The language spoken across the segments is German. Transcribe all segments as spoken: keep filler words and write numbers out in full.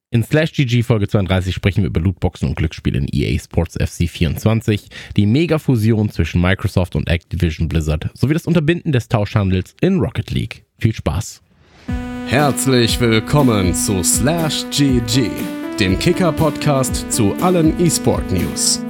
In Slash G G Folge zweiunddreißig sprechen wir über Lootboxen und Glücksspiele in E A Sports F C vierundzwanzig, die Mega-Fusion zwischen Microsoft und Activision Blizzard sowie das Unterbinden des Tauschhandels in Rocket League. Viel Spaß! Herzlich willkommen zu Slash G G, dem Kicker-Podcast zu allen E-Sport-News.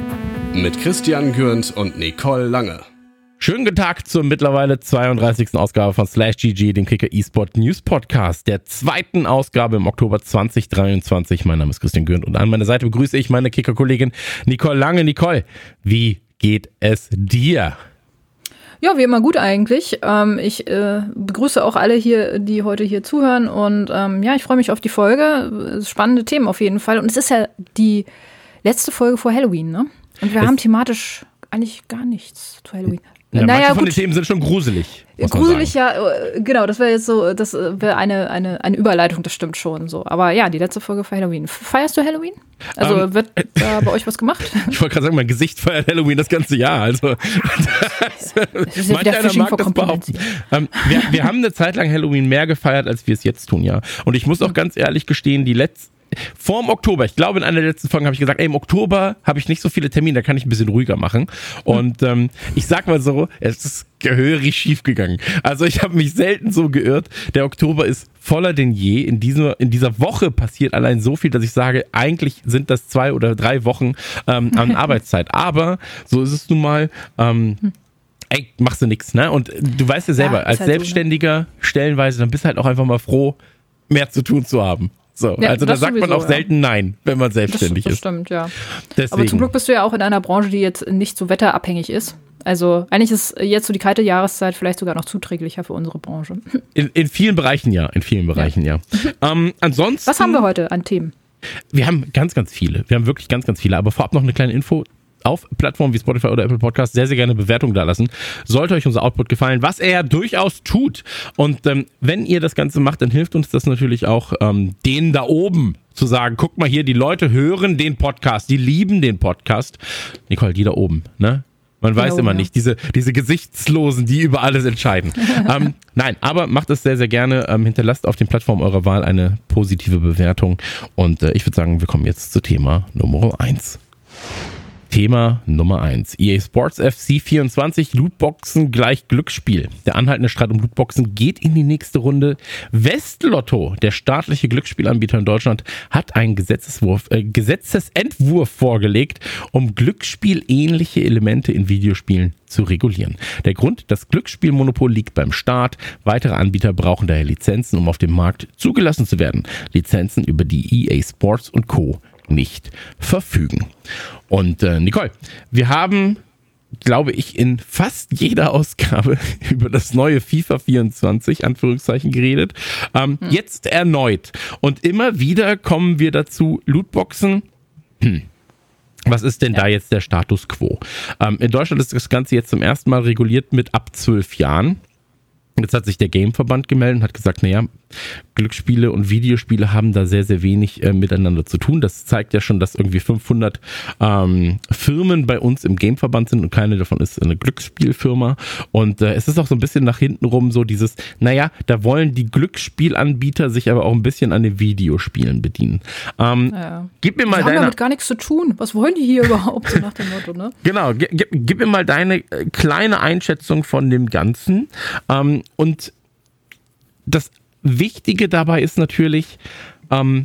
Mit Christian Gürnt und Nicole Lange. Schönen guten Tag zur mittlerweile zweiunddreißigsten Ausgabe von Slash G G, dem Kicker eSport News Podcast, der zweiten Ausgabe im Oktober zwanzig dreiundzwanzig. Mein Name ist Christian Gürnt und an meiner Seite begrüße ich meine Kicker-Kollegin Nicole Lange. Nicole, wie geht es dir? Ja, wie immer gut eigentlich. Ähm, ich äh, begrüße auch alle hier, die heute hier zuhören und ähm, ja, ich freue mich auf die Folge. Spannende Themen auf jeden Fall. Und es ist ja die letzte Folge vor Halloween, ne? Und wir es haben thematisch eigentlich gar nichts zu Halloween. Ja, naja, manche von gut. den Themen sind schon gruselig. Gruselig, ja, genau, das wäre jetzt so, das wäre eine, eine, eine Überleitung, das stimmt schon so. Aber ja, die letzte Folge für Halloween. Feierst du Halloween? Also um, wird da bei euch was gemacht? Ich wollte gerade sagen, mein Gesicht feiert Halloween das ganze Jahr. Also das, das ist manch einer mag das behaupten. Ähm, wir, wir haben eine Zeit lang Halloween mehr gefeiert, als wir es jetzt tun, ja. Und ich muss auch ganz ehrlich gestehen, die letzten Vorm Oktober, ich glaube in einer der letzten Folgen habe ich gesagt, ey, im Oktober habe ich nicht so viele Termine, da kann ich ein bisschen ruhiger machen. Und ähm, ich sag mal so, es ist gehörig schief gegangen. Also ich habe mich selten so geirrt. Der Oktober ist voller denn je. In dieser, in dieser Woche passiert allein so viel, dass ich sage, eigentlich sind das zwei oder drei Wochen ähm, an Arbeitszeit. Aber so ist es nun mal. Ähm, ey, machst du nix, ne? Und du weißt ja selber, ja, als halt Selbstständiger so, ne? Stellenweise, dann bist du halt auch einfach mal froh, mehr zu tun zu haben. So, ja, also da sagt sowieso, man auch selten ja. Nein, wenn man selbstständig das, das ist. Stimmt, ja. Deswegen. Aber zum Glück bist du ja auch in einer Branche, die jetzt nicht so wetterabhängig ist. Also eigentlich ist jetzt so die kalte Jahreszeit vielleicht sogar noch zuträglicher für unsere Branche. In, in vielen Bereichen ja, in vielen Bereichen ja. ja. Ähm, ansonsten. Was haben wir heute an Themen? Wir haben ganz, ganz viele. Wir haben wirklich ganz, ganz viele. Aber vorab noch eine kleine Info. Auf Plattformen wie Spotify oder Apple Podcasts sehr, sehr gerne Bewertung da lassen. Sollte euch unser Output gefallen, was er ja durchaus tut. Und ähm, wenn ihr das Ganze macht, dann hilft uns das natürlich auch, ähm, denen da oben zu sagen, guck mal hier, die Leute hören den Podcast, die lieben den Podcast. Nicole, die da oben, ne? Man weiß genau, immer ja. nicht, diese, diese Gesichtslosen, die über alles entscheiden. ähm, nein, aber macht es sehr, sehr gerne. Ähm, hinterlasst auf den Plattformen eurer Wahl eine positive Bewertung. Und äh, ich würde sagen, wir kommen jetzt zu Thema Nummer eins. Thema Nummer eins. E A Sports F C vierundzwanzig, Lootboxen gleich Glücksspiel. Der anhaltende Streit um Lootboxen geht in die nächste Runde. Westlotto, der staatliche Glücksspielanbieter in Deutschland, hat einen Gesetzeswurf, äh, Gesetzesentwurf vorgelegt, um glücksspielähnliche Elemente in Videospielen zu regulieren. Der Grund, das Glücksspielmonopol liegt beim Staat. Weitere Anbieter brauchen daher Lizenzen, um auf dem Markt zugelassen zu werden. Lizenzen, über die E A Sports und Co. nicht verfügen. Und äh, Nicole, wir haben, glaube ich, in fast jeder Ausgabe über das neue FIFA vierundzwanzig, Anführungszeichen, geredet. Ähm, hm. Jetzt erneut. Und immer wieder kommen wir dazu, Lootboxen. Hm. Was ist denn ja. da jetzt der Status quo? Ähm, in Deutschland ist das Ganze jetzt zum ersten Mal reguliert mit ab zwölf Jahren. Jetzt hat sich der Gameverband gemeldet und hat gesagt, naja, Glücksspiele und Videospiele haben da sehr, sehr wenig äh, miteinander zu tun. Das zeigt ja schon, dass irgendwie fünfhundert ähm, Firmen bei uns im Gameverband sind und keine davon ist eine Glücksspielfirma. Und äh, es ist auch so ein bisschen nach hinten rum so dieses, naja, da wollen die Glücksspielanbieter sich aber auch ein bisschen an den Videospielen bedienen. Ähm, ja. Gib mir mal die deine... haben damit gar nichts zu tun. Was wollen die hier überhaupt? So nach dem Motto, ne? Genau, gib, gib mir mal deine kleine Einschätzung von dem Ganzen. Ähm, und das Wichtige dabei ist natürlich, ähm,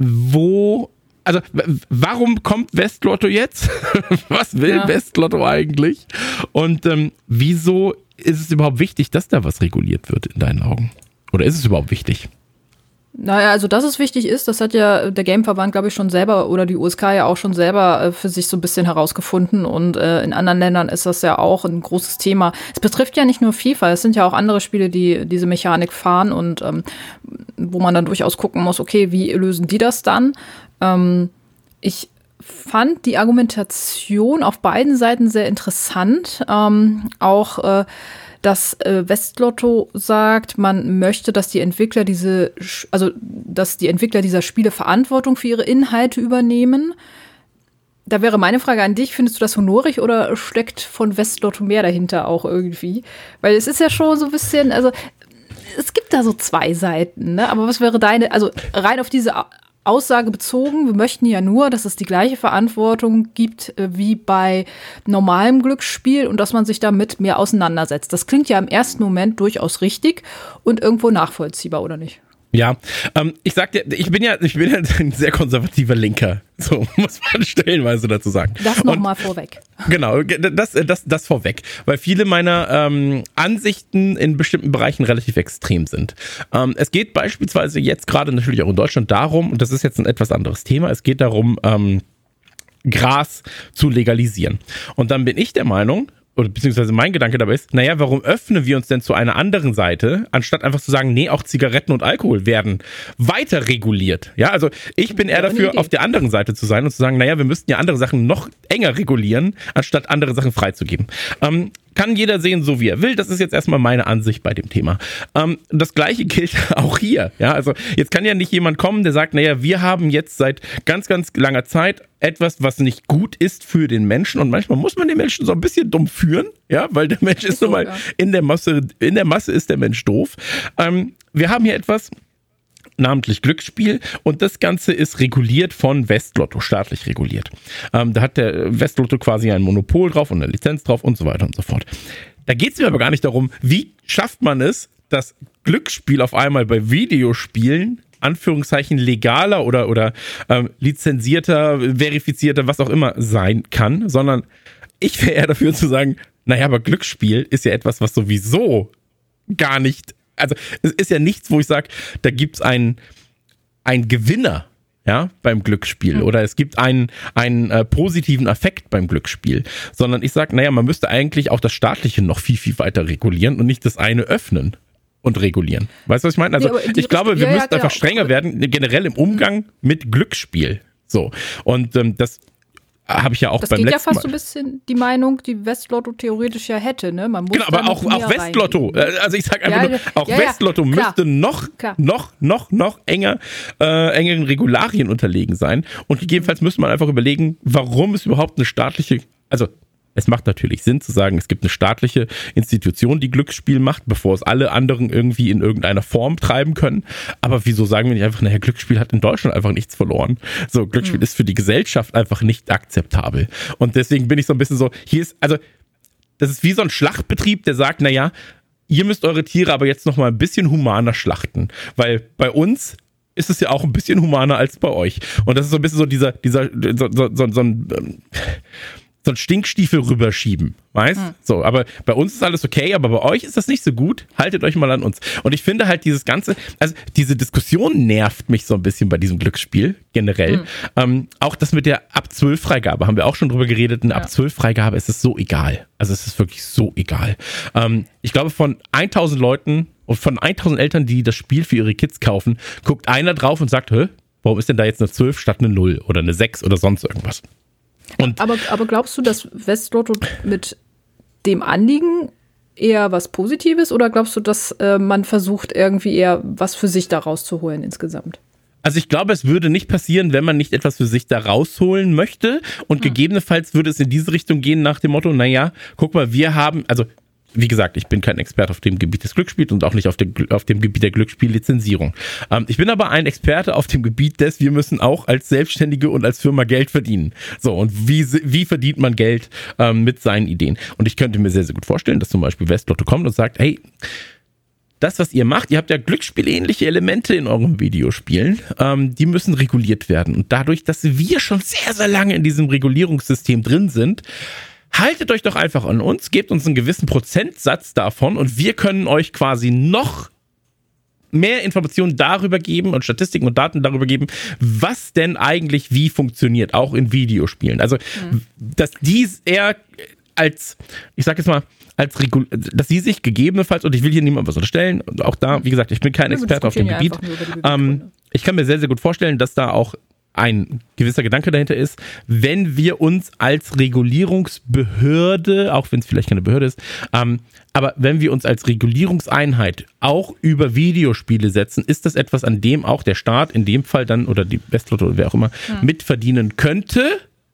wo, also w- warum kommt Westlotto jetzt? Was will ja. Westlotto eigentlich? Und ähm, wieso ist es überhaupt wichtig, dass da was reguliert wird in deinen Augen? Oder ist es überhaupt wichtig? Naja, also dass es wichtig ist, das hat ja der Gameverband, glaube ich, schon selber oder die U S K ja auch schon selber äh, für sich so ein bisschen herausgefunden und äh, in anderen Ländern ist das ja auch ein großes Thema. Es betrifft ja nicht nur FIFA, es sind ja auch andere Spiele, die diese Mechanik fahren und ähm, wo man dann durchaus gucken muss, okay, wie lösen die das dann? Ähm, ich fand die Argumentation auf beiden Seiten sehr interessant, ähm, auch äh, dass äh, Westlotto sagt, man möchte, dass die Entwickler diese, also dass die Entwickler dieser Spiele Verantwortung für ihre Inhalte übernehmen. Da wäre meine Frage an dich, findest du das honorig oder steckt von Westlotto mehr dahinter auch irgendwie? Weil es ist ja schon so ein bisschen, also es gibt da so zwei Seiten, ne? Aber was wäre deine, also rein auf diese aussagebezogen. Wir möchten ja nur, dass es die gleiche Verantwortung gibt äh, wie bei normalem Glücksspiel und dass man sich damit mehr auseinandersetzt. Das klingt ja im ersten Moment durchaus richtig und irgendwo nachvollziehbar, oder nicht? Ja, ähm, ich sag dir, ich bin ja, ich bin ja ein sehr konservativer Linker, so muss man stellenweise dazu sagen. Das nochmal vorweg. Genau, das, das, das vorweg, weil viele meiner ähm, Ansichten in bestimmten Bereichen relativ extrem sind. Ähm, es geht beispielsweise jetzt gerade natürlich auch in Deutschland darum, und das ist jetzt ein etwas anderes Thema, es geht darum, ähm, Gras zu legalisieren. Und dann bin ich der Meinung, oder beziehungsweise mein Gedanke dabei ist, naja, warum öffnen wir uns denn zu einer anderen Seite, anstatt einfach zu sagen, nee, auch Zigaretten und Alkohol werden weiter reguliert. Ja, also ich bin eher dafür, auf der anderen Seite zu sein und zu sagen, naja, wir müssten ja andere Sachen noch enger regulieren, anstatt andere Sachen freizugeben. Ähm, kann jeder sehen, so wie er will. Das ist jetzt erstmal meine Ansicht bei dem Thema. Ähm, das Gleiche gilt auch hier. Ja, also jetzt kann ja nicht jemand kommen, der sagt, naja, wir haben jetzt seit ganz, ganz langer Zeit etwas, was nicht gut ist für den Menschen. Und manchmal muss man den Menschen so ein bisschen dumm führen, ja, weil der Mensch ist, ist nun mal ja. in der Masse, in der Masse ist der Mensch doof. Ähm, wir haben hier etwas, namentlich Glücksspiel, und das Ganze ist reguliert von Westlotto, staatlich reguliert. Ähm, da hat der Westlotto quasi ein Monopol drauf und eine Lizenz drauf und so weiter und so fort. Da geht es mir aber gar nicht darum, wie schafft man es, dass Glücksspiel auf einmal bei Videospielen Anführungszeichen legaler oder, oder ähm, lizenzierter, verifizierter, was auch immer sein kann, sondern ich wäre eher dafür zu sagen, naja, aber Glücksspiel ist ja etwas, was sowieso gar nicht, also es ist ja nichts, wo ich sage, da gibt es einen, einen Gewinner, ja, beim Glücksspiel, oder es gibt einen, einen äh, positiven Effekt beim Glücksspiel, sondern ich sage, naja, man müsste eigentlich auch das Staatliche noch viel, viel weiter regulieren und nicht das eine öffnen und regulieren. Weißt du, was ich meine? Also nee, ich glaube, wir ja, müssen ja, einfach strenger werden, generell im Umgang mit Glücksspiel. So. Und ähm, das habe ich ja auch das beim letzten Mal. Das geht ja fast so ein bisschen die Meinung, die Westlotto theoretisch ja hätte, ne? Man muss genau, aber auch, auch Westlotto, reingehen. Also ich sag einfach ja, nur, auch ja, Westlotto ja, müsste noch, noch, noch, noch enger, äh, engeren Regularien unterlegen sein. Und gegebenenfalls müsste man einfach überlegen, warum es überhaupt eine staatliche, also es macht natürlich Sinn zu sagen, es gibt eine staatliche Institution, die Glücksspiel macht, bevor es alle anderen irgendwie in irgendeiner Form treiben können. Aber wieso sagen wir nicht einfach, naja, Glücksspiel hat in Deutschland einfach nichts verloren. So, Glücksspiel mhm. ist für die Gesellschaft einfach nicht akzeptabel. Und deswegen bin ich so ein bisschen so, hier ist, also, das ist wie so ein Schlachtbetrieb, der sagt, naja, ihr müsst eure Tiere aber jetzt noch mal ein bisschen humaner schlachten. Weil bei uns ist es ja auch ein bisschen humaner als bei euch. Und das ist so ein bisschen so dieser, dieser, so, so, so, so ein, ähm, so ein Stinkstiefel rüberschieben, weißt? Mhm. So, aber bei uns ist alles okay, aber bei euch ist das nicht so gut. Haltet euch mal an uns. Und ich finde halt dieses ganze, also diese Diskussion nervt mich so ein bisschen bei diesem Glücksspiel generell. Mhm. Ähm, auch das mit der ab zwölf Freigabe, haben wir auch schon drüber geredet. Eine ja. ab zwölf Freigabe ist es so egal. Also es ist wirklich so egal. Ähm, ich glaube, von tausend Leuten und von tausend Eltern, die das Spiel für ihre Kids kaufen, guckt einer drauf und sagt, hä, warum ist denn da jetzt eine zwölf statt eine null oder eine sechs oder sonst irgendwas? Und aber, aber glaubst du, dass Westlotto mit dem Anliegen eher was Positives oder glaubst du, dass äh, man versucht, irgendwie eher was für sich da rauszuholen insgesamt? Also ich glaube, es würde nicht passieren, wenn man nicht etwas für sich da rausholen möchte und hm. gegebenenfalls würde es in diese Richtung gehen nach dem Motto, naja, guck mal, wir haben, also wie gesagt, ich bin kein Experte auf dem Gebiet des Glücksspiels und auch nicht auf, der, auf dem Gebiet der Glücksspiellizenzierung. Ähm, ich bin aber ein Experte auf dem Gebiet des, wir müssen auch als Selbstständige und als Firma Geld verdienen. So, und wie, wie verdient man Geld ähm, mit seinen Ideen? Und ich könnte mir sehr, sehr gut vorstellen, dass zum Beispiel Westlotto kommt und sagt, hey, das, was ihr macht, ihr habt ja glücksspielähnliche Elemente in euren Videospielen, ähm, die müssen reguliert werden. Und dadurch, dass wir schon sehr, sehr lange in diesem Regulierungssystem drin sind, haltet euch doch einfach an uns, gebt uns einen gewissen Prozentsatz davon und wir können euch quasi noch mehr Informationen darüber geben und Statistiken und Daten darüber geben, was denn eigentlich wie funktioniert, auch in Videospielen. Also, mhm. dass dies eher als, ich sag jetzt mal, als Regul- dass sie sich gegebenenfalls, und ich will hier niemandem was unterstellen, und auch da, wie gesagt, ich bin kein Experte auf dem Gebiet, ähm, ich kann mir sehr, sehr gut vorstellen, dass da auch ein gewisser Gedanke dahinter ist, wenn wir uns als Regulierungsbehörde, auch wenn es vielleicht keine Behörde ist, ähm, aber wenn wir uns als Regulierungseinheit auch über Videospiele setzen, ist das etwas, an dem auch der Staat in dem Fall dann, oder die Westlotto oder wer auch immer, ja. mitverdienen könnte,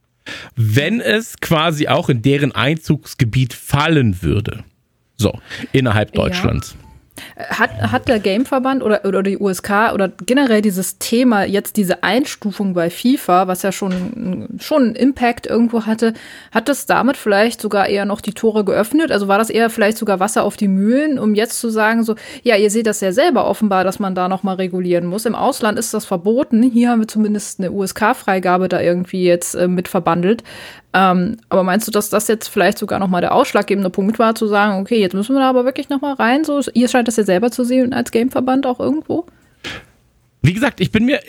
wenn es quasi auch in deren Einzugsgebiet fallen würde. So, innerhalb Deutschlands. Ja. Hat, hat der Gameverband oder, oder die U S K oder generell dieses Thema, jetzt diese Einstufung bei FIFA, was ja schon, schon einen Impact irgendwo hatte, hat das damit vielleicht sogar eher noch die Tore geöffnet? Also war das eher vielleicht sogar Wasser auf die Mühlen, um jetzt zu sagen, so, ja, ihr seht das ja selber offenbar, dass man da noch mal regulieren muss. Im Ausland ist das verboten. Hier haben wir zumindest eine U S K-Freigabe da irgendwie jetzt äh, mit verbandelt. Ähm, aber meinst du, dass das jetzt vielleicht sogar noch mal der ausschlaggebende Punkt war, zu sagen, okay, jetzt müssen wir da aber wirklich noch mal rein? So, ihr scheint das ja selber zu sehen als Gameverband auch irgendwo? Wie gesagt, ich bin mir,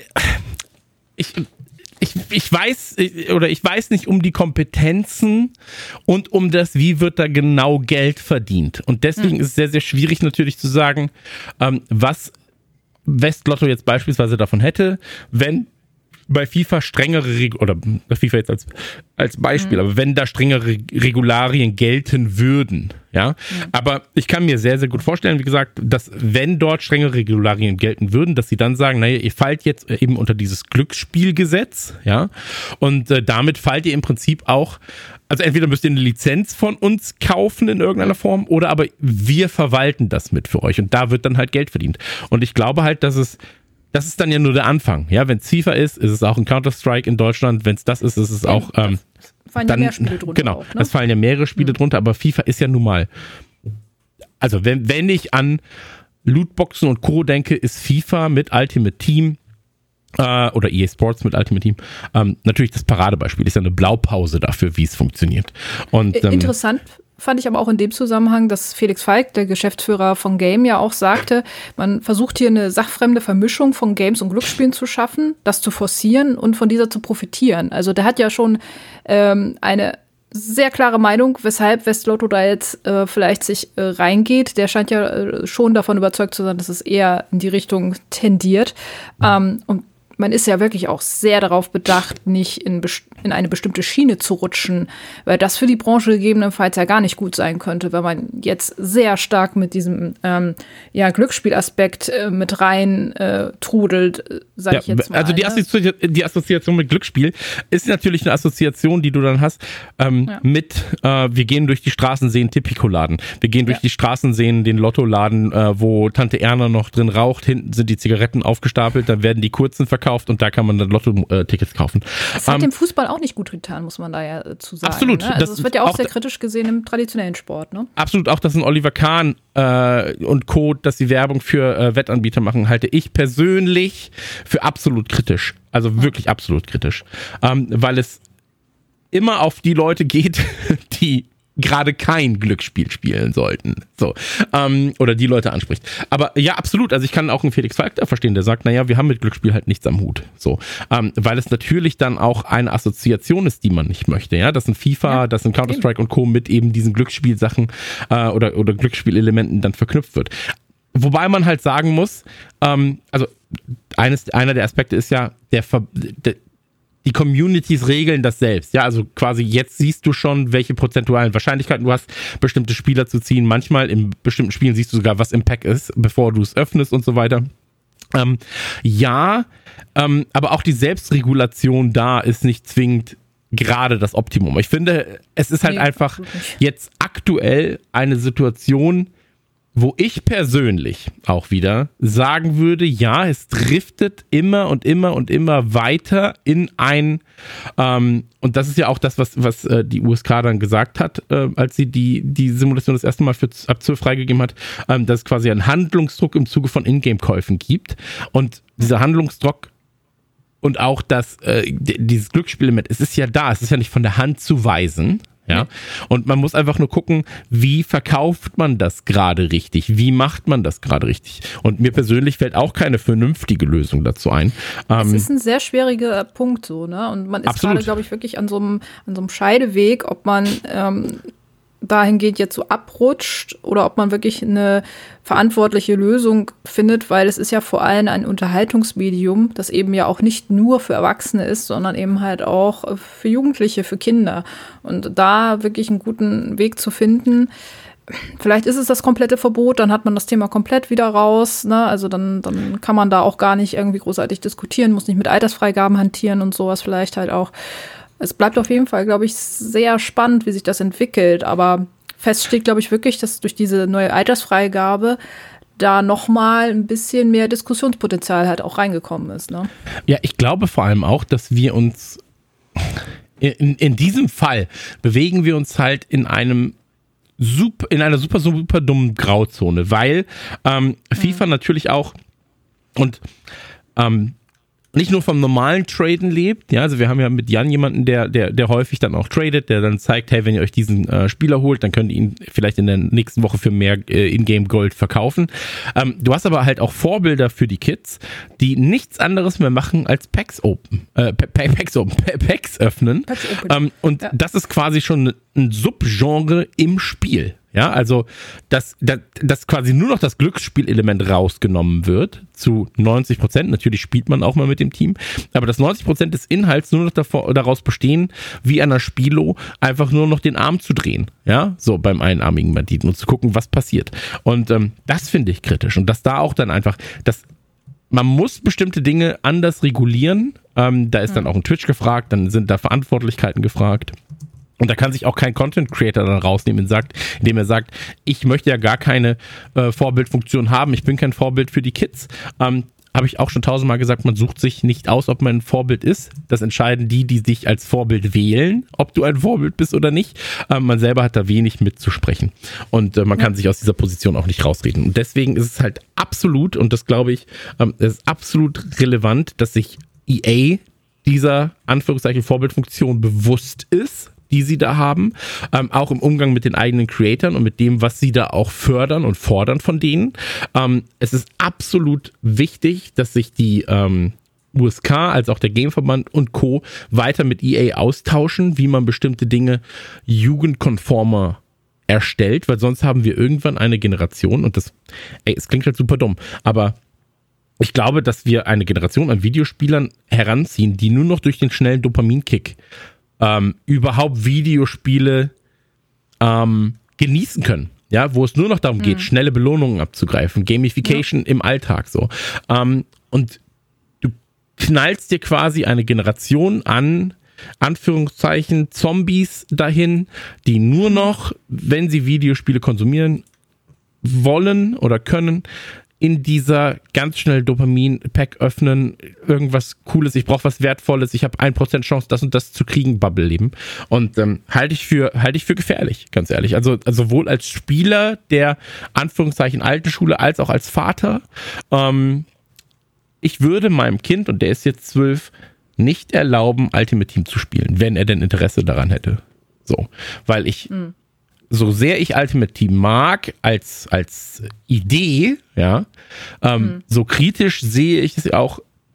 ich, ich, ich weiß oder ich weiß nicht um die Kompetenzen und um das, wie wird da genau Geld verdient. Und deswegen hm. ist es sehr, sehr schwierig natürlich zu sagen, ähm, was Westlotto jetzt beispielsweise davon hätte, wenn bei FIFA strengere, Reg- oder bei FIFA jetzt als, als Beispiel, mhm. aber wenn da strengere Regularien gelten würden, ja, mhm. aber ich kann mir sehr, sehr gut vorstellen, wie gesagt, dass wenn dort strengere Regularien gelten würden, dass sie dann sagen, naja, ihr fallt jetzt eben unter dieses Glücksspielgesetz, ja, und äh, damit fallt ihr im Prinzip auch, also entweder müsst ihr eine Lizenz von uns kaufen in irgendeiner Form, oder aber wir verwalten das mit für euch und da wird dann halt Geld verdient. Und ich glaube halt, dass es Das ist dann ja nur der Anfang. Ja, wenn es FIFA ist, ist es auch ein Counter-Strike in Deutschland. Wenn es das ist, ist es auch. Ähm, da fallen dann, ja mehr Spiele drunter. Genau, auch, ne? es fallen ja mehrere Spiele mhm. drunter, aber FIFA ist ja nun mal. Also, wenn, wenn ich an Lootboxen und Co. denke, ist FIFA mit Ultimate Team äh, oder E A Sports mit Ultimate Team ähm, natürlich das Paradebeispiel. Ist ja eine Blaupause dafür, wie es funktioniert. Und, ähm, Interessant fand ich aber auch in dem Zusammenhang, dass Felix Falk, der Geschäftsführer von Game, ja auch sagte, man versucht hier eine sachfremde Vermischung von Games und Glücksspielen zu schaffen, das zu forcieren und von dieser zu profitieren. Also der hat ja schon ähm, eine sehr klare Meinung, weshalb Westlotto da jetzt äh, vielleicht sich äh, reingeht. Der scheint ja äh, schon davon überzeugt zu sein, dass es eher in die Richtung tendiert. Ähm, und man ist ja wirklich auch sehr darauf bedacht, nicht in, best- in eine bestimmte Schiene zu rutschen, weil das für die Branche gegebenenfalls ja gar nicht gut sein könnte, wenn man jetzt sehr stark mit diesem ähm, ja, Glücksspielaspekt äh, mit rein äh, trudelt, äh, sag ja, ich jetzt mal. Also die, Assozi- die Assoziation mit Glücksspiel ist natürlich eine Assoziation, die du dann hast ähm, ja. mit, äh, wir gehen durch die Straßen, sehen Tipico-Laden. Wir gehen durch ja. die Straßen, sehen den Lotto-Laden, äh, wo Tante Erna noch drin raucht, hinten sind die Zigaretten aufgestapelt, dann werden die kurzen verkauft und da kann man dann Lotto-Tickets kaufen. Das hat ähm, dem Fußball auch nicht gut getan, muss man da ja äh, zu sagen. Absolut. Ne? Also es wird ja auch, auch sehr da, kritisch gesehen im traditionellen Sport. Ne? Absolut. Auch, dass ein Oliver Kahn äh, und Co., dass sie Werbung für äh, Wettanbieter machen, halte ich persönlich für absolut kritisch. Also wirklich absolut kritisch. Ähm, weil es immer auf die Leute geht, die gerade kein Glücksspiel spielen sollten. So. Ähm, oder die Leute anspricht. Aber ja, absolut. Also ich kann auch einen Felix Falk da verstehen, der sagt, naja, wir haben mit Glücksspiel halt nichts am Hut. So. Ähm, weil es natürlich dann auch eine Assoziation ist, die man nicht möchte. Ja, dass ein FIFA, ja, dass ein Counter-Strike und Co. mit eben diesen Glücksspielsachen äh, oder, oder Glücksspielelementen dann verknüpft wird. Wobei man halt sagen muss, ähm, also eines, einer der Aspekte ist ja, der, Ver- der die Communities regeln das selbst. Ja, also quasi jetzt siehst du schon, welche prozentualen Wahrscheinlichkeiten du hast, bestimmte Spieler zu ziehen. Manchmal in bestimmten Spielen siehst du sogar, was im Pack ist, bevor du es öffnest und so weiter. Ähm, ja, ähm, aber auch die Selbstregulation da ist nicht zwingend gerade das Optimum. Ich finde, es ist halt nee, einfach jetzt aktuell eine Situation, wo ich persönlich auch wieder sagen würde, ja, es driftet immer und immer und immer weiter in ein, ähm, und das ist ja auch das, was, was äh, die U S K dann gesagt hat, äh, als sie die, die Simulation das erste Mal für ab zwölf freigegeben hat, ähm, dass es quasi einen Handlungsdruck im Zuge von Ingame-Käufen gibt. Und dieser Handlungsdruck und auch das, äh, dieses Glücksspielelement, es ist ja da, es ist ja nicht von der Hand zu weisen. Ja, und man muss einfach nur gucken, wie verkauft man das gerade richtig? Wie macht man das gerade richtig? Und mir persönlich fällt auch keine vernünftige Lösung dazu ein. Es ähm, ist ein sehr schwieriger Punkt so, ne? Und man ist absolut. Gerade, glaube ich, wirklich an so einem, an so einem Scheideweg, ob man ähm, dahingehend jetzt so abrutscht oder ob man wirklich eine verantwortliche Lösung findet, weil es ist ja vor allem ein Unterhaltungsmedium, das eben ja auch nicht nur für Erwachsene ist, sondern eben halt auch für Jugendliche, für Kinder. Und da wirklich einen guten Weg zu finden, vielleicht ist es das komplette Verbot, dann hat man das Thema komplett wieder raus, ne? Also dann, dann kann man da auch gar nicht irgendwie großartig diskutieren, muss nicht mit Altersfreigaben hantieren und sowas vielleicht halt auch. Es bleibt auf jeden Fall, glaube ich, sehr spannend, wie sich das entwickelt. Aber fest steht, glaube ich, wirklich, dass durch diese neue Altersfreigabe da nochmal ein bisschen mehr Diskussionspotenzial halt auch reingekommen ist. Ne? Ja, ich glaube vor allem auch, dass wir uns in, in diesem Fall bewegen wir uns halt in einem super, in einer super, super dummen Grauzone, weil ähm, FIFA mhm. natürlich auch und ähm, nicht nur vom normalen Traden lebt, ja, also wir haben ja mit Jan jemanden, der, der, der häufig dann auch tradet, der dann zeigt, hey, wenn ihr euch diesen äh, Spieler holt, dann könnt ihr ihn vielleicht in der nächsten Woche für mehr äh, Ingame Gold verkaufen. Ähm, du hast aber halt auch Vorbilder für die Kids, die nichts anderes mehr machen als Packs open, äh, Packs open, Packs öffnen. Packs ähm, und ja. das ist quasi schon ein Subgenre im Spiel. Ja, also, dass, dass, dass quasi nur noch das Glücksspielelement rausgenommen wird, zu neunzig Prozent. Natürlich spielt man auch mal mit dem Team, aber dass neunzig Prozent des Inhalts nur noch davor, daraus bestehen, wie an der Spielo, einfach nur noch den Arm zu drehen. Ja, so beim einarmigen Banditen und zu gucken, was passiert. Und ähm, das finde ich kritisch. Und dass da auch dann einfach, dass man muss bestimmte Dinge anders regulieren. Ähm, da ist dann auch ein Twitch gefragt, dann sind da Verantwortlichkeiten gefragt. Und da kann sich auch kein Content Creator dann rausnehmen und sagt, indem er sagt, ich möchte ja gar keine äh, Vorbildfunktion haben, ich bin kein Vorbild für die Kids. Ähm, habe ich auch schon tausendmal gesagt, man sucht sich nicht aus, ob man ein Vorbild ist. Das entscheiden die, die dich als Vorbild wählen, ob du ein Vorbild bist oder nicht. Ähm, man selber hat da wenig mitzusprechen. Und äh, man kann sich aus dieser Position auch nicht rausreden. Und deswegen ist es halt absolut, und das glaube ich, ähm, es ist absolut relevant, dass sich E A dieser Anführungszeichen Vorbildfunktion bewusst ist, die sie da haben, ähm, auch im Umgang mit den eigenen Creatoren und mit dem, was sie da auch fördern und fordern von denen. Ähm, es ist absolut wichtig, dass sich die ähm, U S K, als auch der Gameverband und Co. weiter mit E A austauschen, wie man bestimmte Dinge jugendkonformer erstellt, weil sonst haben wir irgendwann eine Generation und das, ey, es klingt halt super dumm, aber ich glaube, dass wir eine Generation an Videospielern heranziehen, die nur noch durch den schnellen Dopaminkick Ähm, überhaupt Videospiele ähm, genießen können, ja, wo es nur noch darum mhm. geht, schnelle Belohnungen abzugreifen, Gamification ja. im Alltag so. Ähm, und du knallst dir quasi eine Generation an, Anführungszeichen, Zombies dahin, die nur noch, wenn sie Videospiele konsumieren wollen oder können, in dieser ganz schnell Dopamin-Pack öffnen, irgendwas Cooles, ich brauche was Wertvolles, ich habe ein Prozent Chance, das und das zu kriegen, Bubble leben. Und ähm, halte ich für halte ich für gefährlich, ganz ehrlich. Also, also sowohl als Spieler der Anführungszeichen alten Schule, als auch als Vater. Ähm, ich würde meinem Kind, und der ist jetzt zwölf, nicht erlauben, Ultimate Team zu spielen, wenn er denn Interesse daran hätte. So, weil ich mhm. so sehr ich Ultimate Team mag als, als Idee, ja, ähm, mhm. so kritisch sehe ich es auch,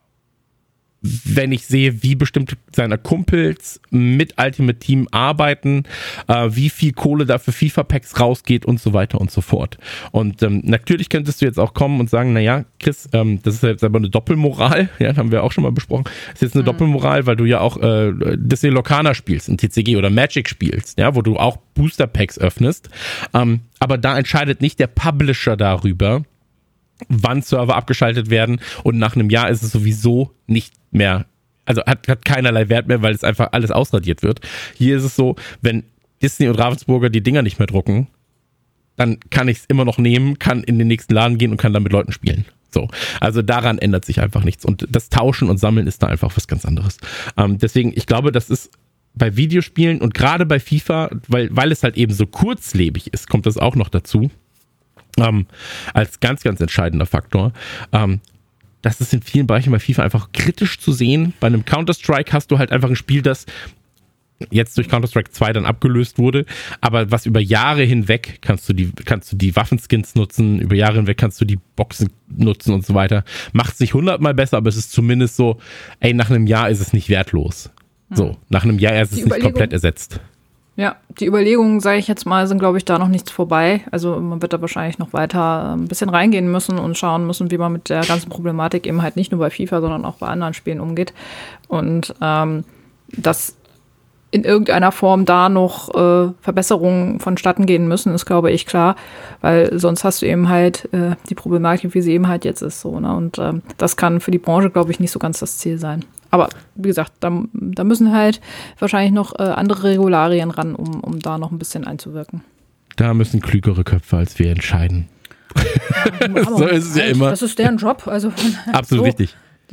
wenn ich sehe, wie bestimmte seiner Kumpels mit Ultimate Team arbeiten, äh, wie viel Kohle da für FIFA-Packs rausgeht und so weiter und so fort. Und ähm, natürlich könntest du jetzt auch kommen und sagen, naja, Chris, ähm, das ist jetzt aber eine Doppelmoral, ja, das haben wir auch schon mal besprochen, das ist jetzt eine mhm. Doppelmoral, weil du ja auch äh, Disney Locana spielst, in T C G oder Magic spielst, ja, wo du auch Booster-Packs öffnest. Ähm, aber da entscheidet nicht der Publisher darüber, wann Server abgeschaltet werden, und nach einem Jahr ist es sowieso nicht mehr, also hat, hat keinerlei Wert mehr, weil es einfach alles ausradiert wird. Hier ist es so, wenn Disney und Ravensburger die Dinger nicht mehr drucken, dann kann ich es immer noch nehmen, kann in den nächsten Laden gehen und kann dann mit Leuten spielen. So, also daran ändert sich einfach nichts, und das Tauschen und Sammeln ist da einfach was ganz anderes. Ähm, deswegen, ich glaube, das ist bei Videospielen und gerade bei FIFA, weil, weil es halt eben so kurzlebig ist, kommt das auch noch dazu. Ähm, als ganz, ganz entscheidender Faktor. Ähm, das ist in vielen Bereichen bei FIFA einfach kritisch zu sehen. Bei einem Counter-Strike hast du halt einfach ein Spiel, das jetzt durch Counter-Strike zwei dann abgelöst wurde, aber was über Jahre hinweg kannst du die, kannst du die Waffenskins nutzen, über Jahre hinweg kannst du die Boxen nutzen und so weiter. Macht es nicht hundertmal besser, aber es ist zumindest so, ey, nach einem Jahr ist es nicht wertlos. Hm. So, nach einem Jahr ist es nicht komplett ersetzt. Ja, die Überlegungen, sage ich jetzt mal, sind, glaube ich, da noch nichts vorbei. Also man wird da wahrscheinlich noch weiter ein bisschen reingehen müssen und schauen müssen, wie man mit der ganzen Problematik eben halt nicht nur bei FIFA, sondern auch bei anderen Spielen umgeht. Und ähm, dass in irgendeiner Form da noch äh, Verbesserungen vonstatten gehen müssen, ist, glaube ich, klar. Weil sonst hast du eben halt äh, die Problematik, wie sie eben halt jetzt ist. So, ne? Und ähm, das kann für die Branche, glaube ich, nicht so ganz das Ziel sein. Aber wie gesagt, da, da müssen halt wahrscheinlich noch äh, andere Regularien ran, um, um da noch ein bisschen einzuwirken. Da müssen klügere Köpfe als wir entscheiden. Ja, so ist es ja immer. Das ist deren Job. Also, absolut so. richtig.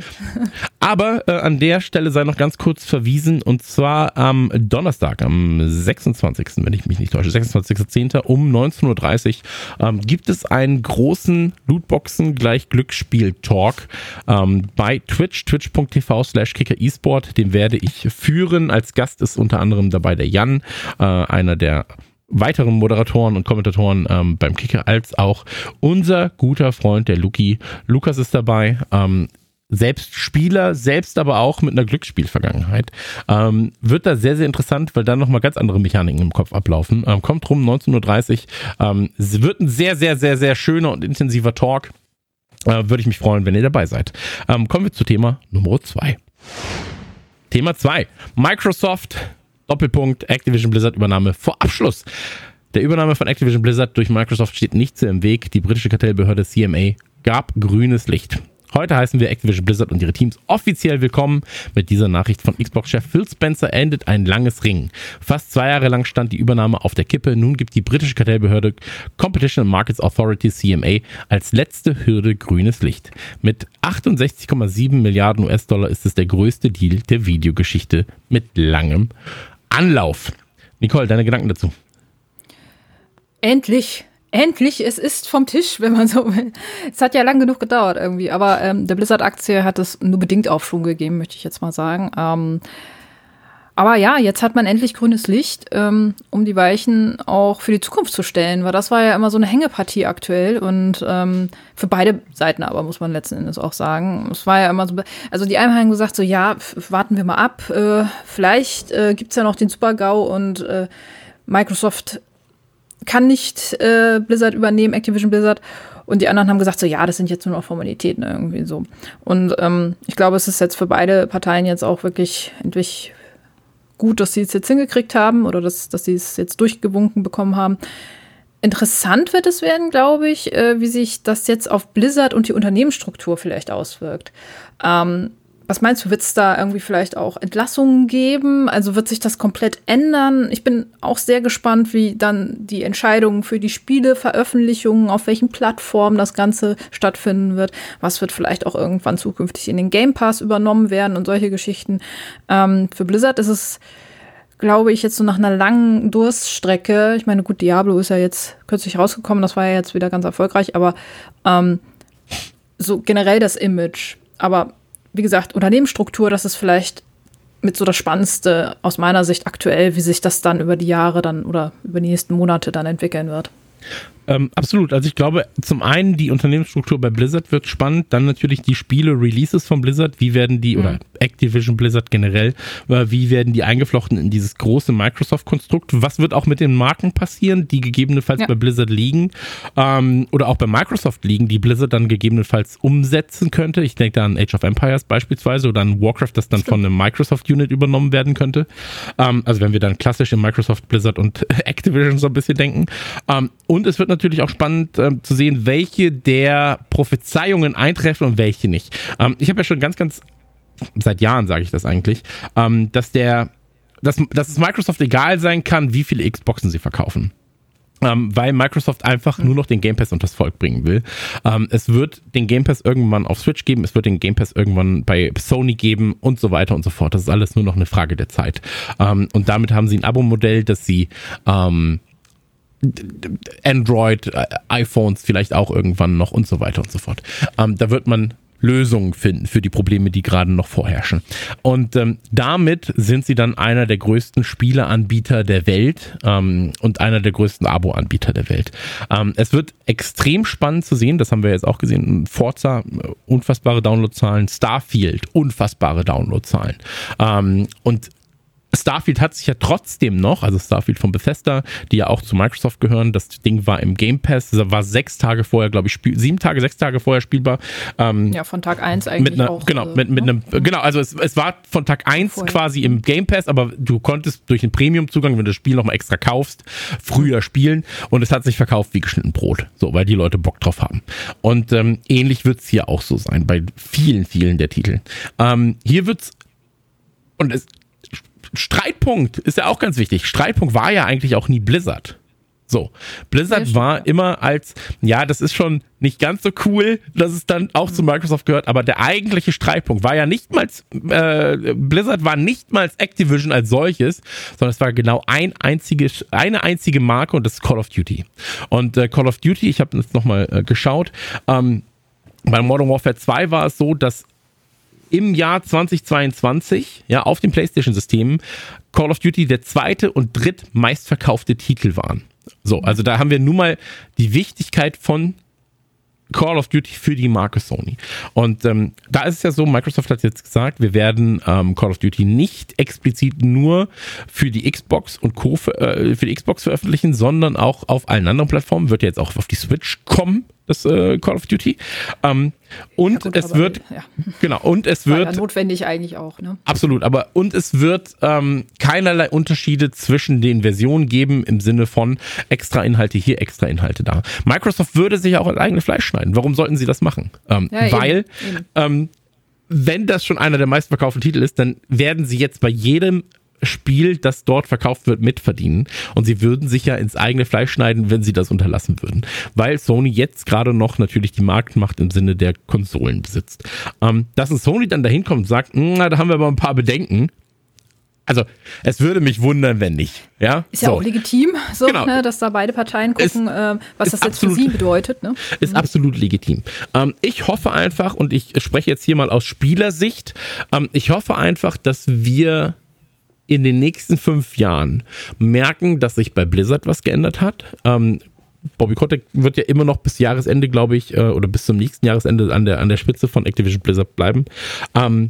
Aber äh, an der Stelle sei noch ganz kurz verwiesen, und zwar am Donnerstag, am sechsundzwanzigsten wenn ich mich nicht täusche, sechsundzwanzigster zehnten um neunzehn Uhr dreißig ähm, gibt es einen großen Lootboxen gleich Glücksspiel-Talk ähm, bei Twitch, twitch.tv slash kicker esport. Den werde ich führen. Als Gast ist unter anderem dabei der Jan, äh, einer der weiteren Moderatoren und Kommentatoren ähm, beim Kicker, als auch unser guter Freund, der Luki. Lukas ist dabei, ähm, selbst Spieler, selbst aber auch mit einer Glücksspielvergangenheit. Ähm, wird da sehr, sehr interessant, weil dann nochmal ganz andere Mechaniken im Kopf ablaufen. Ähm, kommt rum, neunzehn Uhr dreißig. Ähm, es wird ein sehr, sehr, sehr, sehr schöner und intensiver Talk. Äh, würde ich mich freuen, wenn ihr dabei seid. Ähm, kommen wir zu Thema Nummer zwei. Thema zwei. Microsoft, Doppelpunkt, Activision Blizzard Übernahme vor Abschluss. Der Übernahme von Activision Blizzard durch Microsoft steht nichts im Weg. Die britische Kartellbehörde C M A gab grünes Licht. Heute heißen wir Activision Blizzard und ihre Teams offiziell willkommen. Mit dieser Nachricht von Xbox-Chef Phil Spencer endet ein langes Ringen. Fast zwei Jahre lang stand die Übernahme auf der Kippe. Nun gibt die britische Kartellbehörde Competition and Markets Authority C M A als letzte Hürde grünes Licht. Mit achtundsechzig Komma sieben Milliarden U S-Dollar ist es der größte Deal der Videogeschichte mit langem Anlauf. Nicole, deine Gedanken dazu? Endlich. Endlich, es ist vom Tisch, wenn man so will. Es hat ja lang genug gedauert irgendwie, aber ähm, der Blizzard-Aktie hat es nur bedingt Aufschwung gegeben, möchte ich jetzt mal sagen. Ähm, aber ja, jetzt hat man endlich grünes Licht, ähm, um die Weichen auch für die Zukunft zu stellen, weil das war ja immer so eine Hängepartie aktuell und ähm, für beide Seiten aber, muss man letzten Endes auch sagen. Es war ja immer so, also die einen haben gesagt so, ja, f- warten wir mal ab, äh, vielleicht äh, gibt's ja noch den Super-GAU und äh, Microsoft kann nicht äh, Blizzard übernehmen, Activision Blizzard. Und die anderen haben gesagt, so ja, das sind jetzt nur noch Formalitäten irgendwie so. Und ähm, ich glaube, es ist jetzt für beide Parteien jetzt auch wirklich endlich gut, dass sie es jetzt hingekriegt haben oder dass, dass sie es jetzt durchgewunken bekommen haben. Interessant wird es werden, glaube ich, äh, wie sich das jetzt auf Blizzard und die Unternehmensstruktur vielleicht auswirkt. Ähm, Was meinst du, wird es da irgendwie vielleicht auch Entlassungen geben? Also wird sich das komplett ändern? Ich bin auch sehr gespannt, wie dann die Entscheidungen für die Spieleveröffentlichungen, auf welchen Plattformen das Ganze stattfinden wird. Was wird vielleicht auch irgendwann zukünftig in den Game Pass übernommen werden und solche Geschichten. Ähm, für Blizzard ist es, glaube ich, jetzt so nach einer langen Durststrecke. Ich meine, gut, Diablo ist ja jetzt kürzlich rausgekommen, das war ja jetzt wieder ganz erfolgreich, aber ähm, so generell das Image. Aber wie gesagt, Unternehmensstruktur, das ist vielleicht mit so das Spannendste aus meiner Sicht aktuell, wie sich das dann über die Jahre dann oder über die nächsten Monate dann entwickeln wird. Ähm, absolut. Also ich glaube, zum einen die Unternehmensstruktur bei Blizzard wird spannend, dann natürlich die Spiele-Releases von Blizzard, wie werden die, mhm. oder Activision Blizzard generell, wie werden die eingeflochten in dieses große Microsoft-Konstrukt, was wird auch mit den Marken passieren, die gegebenenfalls ja. bei Blizzard liegen, ähm, oder auch bei Microsoft liegen, die Blizzard dann gegebenenfalls umsetzen könnte. Ich denke da an Age of Empires beispielsweise oder an Warcraft, das dann Stimmt. von einem Microsoft-Unit übernommen werden könnte. Ähm, also wenn wir dann klassisch in Microsoft, Blizzard und Activision so ein bisschen denken. Ähm, und es wird natürlich auch spannend äh, zu sehen, welche der Prophezeiungen eintreffen und welche nicht. Ähm, ich habe ja schon ganz, ganz, seit Jahren sage ich das eigentlich, ähm, dass der, dass, dass es Microsoft egal sein kann, wie viele Xboxen sie verkaufen. Ähm, weil Microsoft einfach nur noch den Game Pass unters Volk bringen will. Ähm, es wird den Game Pass irgendwann auf Switch geben, es wird den Game Pass irgendwann bei Sony geben und so weiter und so fort. Das ist alles nur noch eine Frage der Zeit. Ähm, und damit haben sie ein Abo-Modell, dass sie ähm, Android, iPhones vielleicht auch irgendwann noch und so weiter und so fort. Ähm, da wird man Lösungen finden für die Probleme, die gerade noch vorherrschen. Und ähm, damit sind sie dann einer der größten Spieleanbieter der Welt ähm, und einer der größten Abo-Anbieter der Welt. Ähm, es wird extrem spannend zu sehen, das haben wir jetzt auch gesehen, Forza, unfassbare Downloadzahlen, Starfield, unfassbare Downloadzahlen. Ähm, und Starfield hat sich ja trotzdem noch, also Starfield von Bethesda, die ja auch zu Microsoft gehören, das Ding war im Game Pass, das war sechs Tage vorher, glaube ich, spiel, sieben Tage, sechs Tage vorher spielbar. Ähm, ja, von Tag eins eigentlich mit einer, auch. Genau, mit, mit einem, genau, also es, es war von Tag eins vorher. Quasi im Game Pass, aber du konntest durch den Premium-Zugang, wenn du das Spiel nochmal extra kaufst, früher spielen und es hat sich verkauft wie geschnitten Brot, so, weil die Leute Bock drauf haben. Und ähm, ähnlich wird es hier auch so sein, bei vielen, vielen der Titel. Ähm, hier wird's, und es Streitpunkt ist ja auch ganz wichtig. Streitpunkt war ja eigentlich auch nie Blizzard. So, Blizzard Sehr war schön, ja. immer als, ja, das ist schon nicht ganz so cool, dass es dann auch mhm. zu Microsoft gehört, aber der eigentliche Streitpunkt war ja nicht mal, äh, Blizzard war nicht mal Activision als solches, sondern es war genau ein einzige, eine einzige Marke und das ist Call of Duty. Und äh, Call of Duty, ich habe jetzt nochmal äh, geschaut, ähm, bei Modern Warfare zwei war es so, dass im Jahr zweitausendzweiundzwanzig, ja, auf den PlayStation-Systemen Call of Duty der zweite und drittmeistverkaufte Titel waren. So, also da haben wir nun mal die Wichtigkeit von Call of Duty für die Marke Sony. Und ähm, da ist es ja so, Microsoft hat jetzt gesagt, wir werden ähm, Call of Duty nicht explizit nur für die Xbox und Co. Äh, für die Xbox veröffentlichen, sondern auch auf allen anderen Plattformen. Wird ja jetzt auch auf die Switch kommen, das äh, Call of Duty. Ähm, und ja gut, es wird, ja. genau, und es wird. War ja notwendig eigentlich auch, ne? Absolut, aber und es wird ähm, keinerlei Unterschiede zwischen den Versionen geben im Sinne von extra Inhalte hier, extra Inhalte da. Microsoft würde sich auch ins eigene Fleisch schneiden. Warum sollten sie das machen? Ähm, ja, weil, eben, eben. Ähm, wenn das schon einer der meistverkauften Titel ist, dann werden sie jetzt bei jedem Spiel, das dort verkauft wird, mitverdienen. Und sie würden sich ja ins eigene Fleisch schneiden, wenn sie das unterlassen würden. Weil Sony jetzt gerade noch natürlich die Marktmacht im Sinne der Konsolen besitzt. Ähm, dass ein Sony dann dahin kommt und sagt, na, da haben wir aber ein paar Bedenken. Also, es würde mich wundern, wenn nicht. Ja? Ist ja so. Auch legitim, so, genau. ne, dass da beide Parteien gucken, ist, äh, was das jetzt absolut, für sie bedeutet. Ne? Ist mhm. absolut legitim. Ähm, ich hoffe einfach, und ich spreche jetzt hier mal aus Spielersicht, ähm, ich hoffe einfach, dass wir in den nächsten fünf Jahren merken, dass sich bei Blizzard was geändert hat. Ähm, Bobby Kotick wird ja immer noch bis Jahresende, glaube ich, äh, oder bis zum nächsten Jahresende an der, an der Spitze von Activision Blizzard bleiben. Ähm,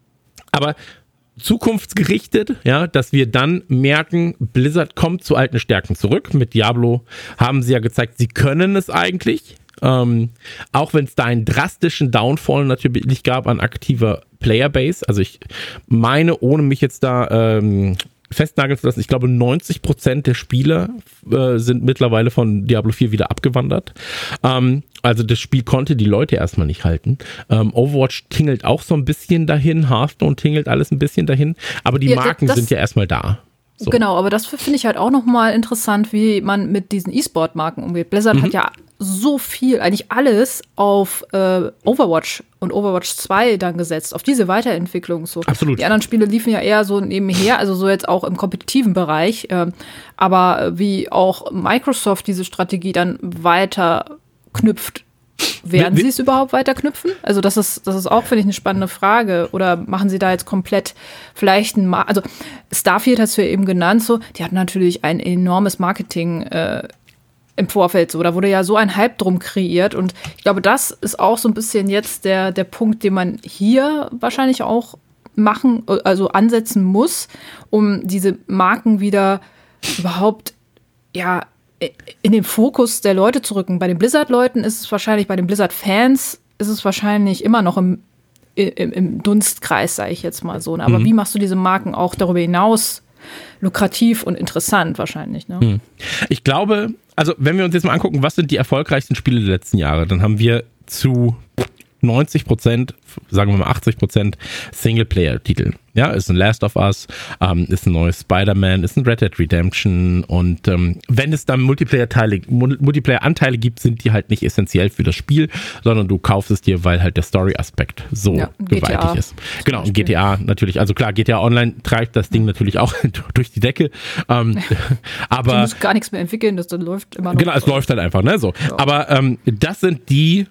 aber zukunftsgerichtet, ja, dass wir dann merken, Blizzard kommt zu alten Stärken zurück. Mit Diablo haben sie ja gezeigt, sie können es eigentlich. Ähm, auch wenn es da einen drastischen Downfall natürlich gab an aktiver Playerbase. Also ich meine, ohne mich jetzt da ähm, festnageln zu lassen, ich glaube neunzig Prozent der Spieler äh, sind mittlerweile von Diablo vier wieder abgewandert. Ähm, also das Spiel konnte die Leute erstmal nicht halten. Ähm, Overwatch tingelt auch so ein bisschen dahin, Hearthstone tingelt alles ein bisschen dahin, aber die ja, Marken sind ja erstmal da. So. Genau, aber das finde ich halt auch nochmal interessant, wie man mit diesen E-Sport-Marken umgeht. Blizzard mhm. hat ja so viel, eigentlich alles auf äh, Overwatch und Overwatch zwei dann gesetzt, auf diese Weiterentwicklung. So. Absolut. Die anderen Spiele liefen ja eher so nebenher, also so jetzt auch im kompetitiven Bereich. Äh, aber wie auch Microsoft diese Strategie dann weiter knüpft, werden Sie es überhaupt weiter knüpfen? Also das ist, das ist auch, finde ich, eine spannende Frage. Oder machen Sie da jetzt komplett vielleicht ein, Ma- also Starfield hast du ja eben genannt, so, die hat natürlich ein enormes Marketing äh, im Vorfeld, so, da wurde ja so ein Hype drum kreiert und ich glaube, das ist auch so ein bisschen jetzt der, der Punkt, den man hier wahrscheinlich auch machen, also ansetzen muss, um diese Marken wieder überhaupt, ja, in den Fokus der Leute zu rücken. Bei den Blizzard-Leuten ist es wahrscheinlich, bei den Blizzard-Fans ist es wahrscheinlich immer noch im, im, im Dunstkreis, sage ich jetzt mal so. Aber mhm. wie machst du diese Marken auch darüber hinaus lukrativ und interessant wahrscheinlich? Ne? Mhm. Ich glaube, also wenn wir uns jetzt mal angucken, was sind die erfolgreichsten Spiele der letzten Jahre, dann haben wir zu neunzig Prozent, sagen wir mal achtzig Prozent Singleplayer-Titel. Ja, ist ein Last of Us, ähm, ist ein neues Spider-Man, ist ein Red Dead Redemption und ähm, wenn es dann Multiplayer-Teile, Multiplayer-Anteile gibt, sind die halt nicht essentiell für das Spiel, sondern du kaufst es dir, weil halt der Story-Aspekt so ja, gewaltig ist. Genau, und G T A natürlich, also klar, G T A Online treibt das Ding natürlich auch durch die Decke, ähm, aber du musst gar nichts mehr entwickeln, das dann läuft immer noch. Genau, es läuft halt einfach, ne, so. Ja. Aber ähm, das sind die,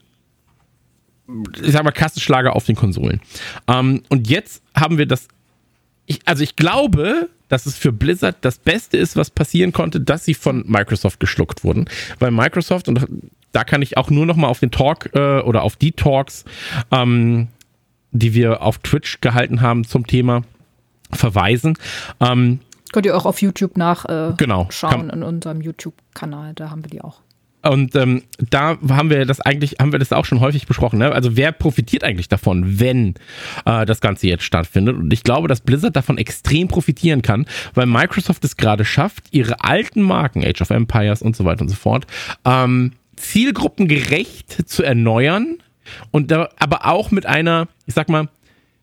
ich sag mal, Kassenschlager auf den Konsolen. Ähm, und jetzt haben wir das, ich, also ich glaube, dass es für Blizzard das Beste ist, was passieren konnte, dass sie von Microsoft geschluckt wurden. Weil Microsoft, und da kann ich auch nur noch mal auf den Talk äh, oder auf die Talks, ähm, die wir auf Twitch gehalten haben zum Thema, verweisen. Ähm, Könnt ihr auch auf YouTube nachschauen, äh, genau, schauen in unserem YouTube-Kanal, da haben wir die auch. Und ähm, da haben wir das eigentlich, haben wir das auch schon häufig besprochen. Ne? Also wer profitiert eigentlich davon, wenn äh, das Ganze jetzt stattfindet? Und ich glaube, dass Blizzard davon extrem profitieren kann, weil Microsoft es gerade schafft, ihre alten Marken, Age of Empires und so weiter und so fort, ähm, zielgruppengerecht zu erneuern und da, aber auch mit einer, ich sag mal,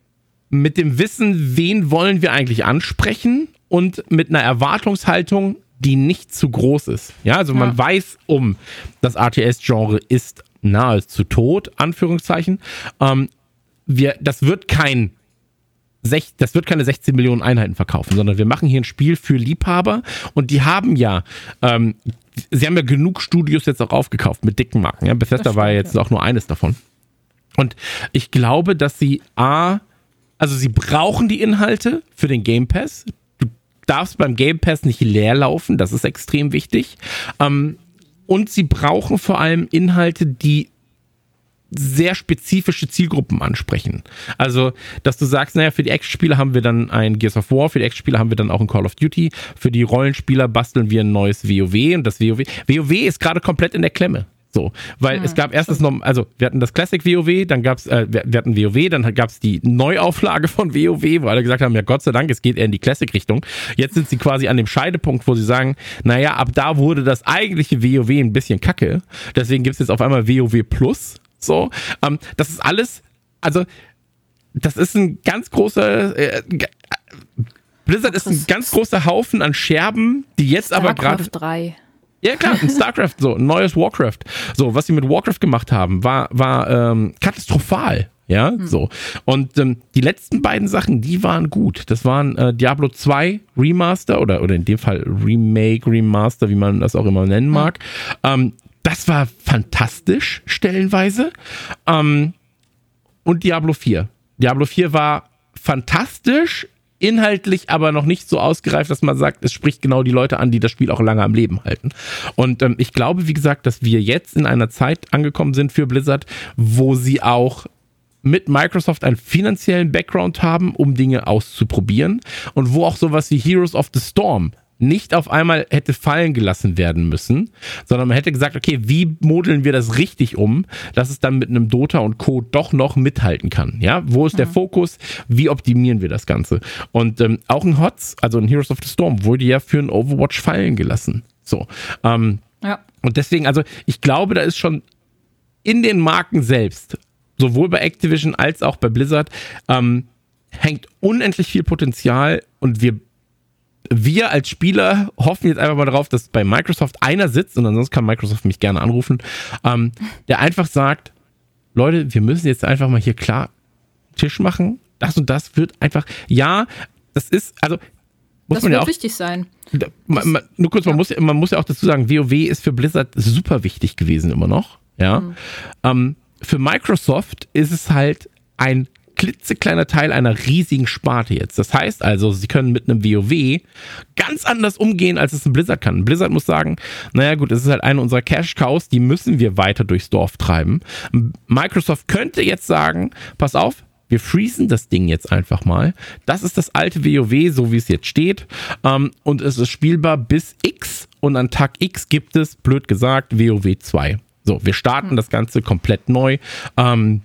mit dem Wissen, wen wollen wir eigentlich ansprechen und mit einer Erwartungshaltung, die nicht zu groß ist. Ja, also man ja. weiß um, das R T S-Genre ist nahezu tot, Anführungszeichen. Ähm, wir, das wird kein das wird keine sechzehn Millionen Einheiten verkaufen, sondern wir machen hier ein Spiel für Liebhaber und die haben ja, ähm, sie haben ja genug Studios jetzt auch aufgekauft mit dicken Marken. Ja? Bethesda war ja jetzt ja. auch nur eines davon. Und ich glaube, dass sie A, also sie brauchen die Inhalte für den Game Pass. Du darfst beim Game Pass nicht leer laufen, das ist extrem wichtig. Ähm, und sie brauchen vor allem Inhalte, die sehr spezifische Zielgruppen ansprechen. Also, dass du sagst, naja, für die Action-Spieler haben wir dann ein Gears of War, für die Action-Spieler haben wir dann auch ein Call of Duty, für die Rollenspieler basteln wir ein neues WoW und das WoW, WoW ist gerade komplett in der Klemme. So, weil hm, es gab erstens noch, also wir hatten das Classic WoW, dann gab's, äh, wir, wir hatten WoW, dann gab's die Neuauflage von WoW, wo alle gesagt haben, ja Gott sei Dank, es geht eher in die Classic-Richtung. Jetzt sind sie quasi an dem Scheidepunkt, wo sie sagen, naja, ab da wurde das eigentliche WoW ein bisschen kacke, deswegen gibt's jetzt auf einmal WoW Plus. So, ähm, das ist alles, also das ist ein ganz großer, äh, Blizzard ist ein ganz großer Haufen an Scherben, die jetzt Starcraft aber gerade... drei. Ja klar, ein StarCraft, so, ein neues Warcraft. So, was sie mit Warcraft gemacht haben, war, war ähm, katastrophal. Ja, hm. so. Und ähm, die letzten beiden Sachen, die waren gut. Das waren äh, Diablo zwei Remaster oder, oder in dem Fall Remake, Remaster, wie man das auch immer nennen mag. Hm. Ähm, Das war fantastisch, stellenweise. Ähm, und Diablo vier. Diablo vier war fantastisch, inhaltlich aber noch nicht so ausgereift, dass man sagt, es spricht genau die Leute an, die das Spiel auch lange am Leben halten. Und ähm, ich glaube, wie gesagt, dass wir jetzt in einer Zeit angekommen sind für Blizzard, wo sie auch mit Microsoft einen finanziellen Background haben, um Dinge auszuprobieren und wo auch sowas wie Heroes of the Storm nicht auf einmal hätte fallen gelassen werden müssen, sondern man hätte gesagt, okay, wie modeln wir das richtig um, dass es dann mit einem Dota und Co. doch noch mithalten kann, ja? Wo ist ja. der Fokus? Wie optimieren wir das Ganze? Und ähm, auch ein H O T S, also ein Heroes of the Storm, wurde ja für ein Overwatch fallen gelassen. So. Ähm, ja. Und deswegen, also ich glaube, da ist schon in den Marken selbst, sowohl bei Activision als auch bei Blizzard, ähm, hängt unendlich viel Potenzial und wir Wir als Spieler hoffen jetzt einfach mal darauf, dass bei Microsoft einer sitzt, und ansonsten kann Microsoft mich gerne anrufen, ähm, der einfach sagt, Leute, wir müssen jetzt einfach mal hier klar Tisch machen. Das und das wird einfach, ja, das ist, also muss das man wird ja auch wichtig sein. Man, man, nur kurz, man, ja. muss, man muss ja auch dazu sagen, WoW ist für Blizzard super wichtig gewesen immer noch. Ja. Mhm. Ähm, für Microsoft ist es halt ein klitzekleiner Teil einer riesigen Sparte jetzt. Das heißt also, sie können mit einem WoW ganz anders umgehen, als es ein Blizzard kann. Blizzard muss sagen, naja gut, es ist halt eine unserer Cash-Cows, die müssen wir weiter durchs Dorf treiben. Microsoft könnte jetzt sagen, pass auf, wir freezen das Ding jetzt einfach mal. Das ist das alte WoW, so wie es jetzt steht. Ähm, und es ist spielbar bis X. Und an Tag X gibt es, blöd gesagt, WoW zwei. So, wir starten das Ganze komplett neu. Ähm,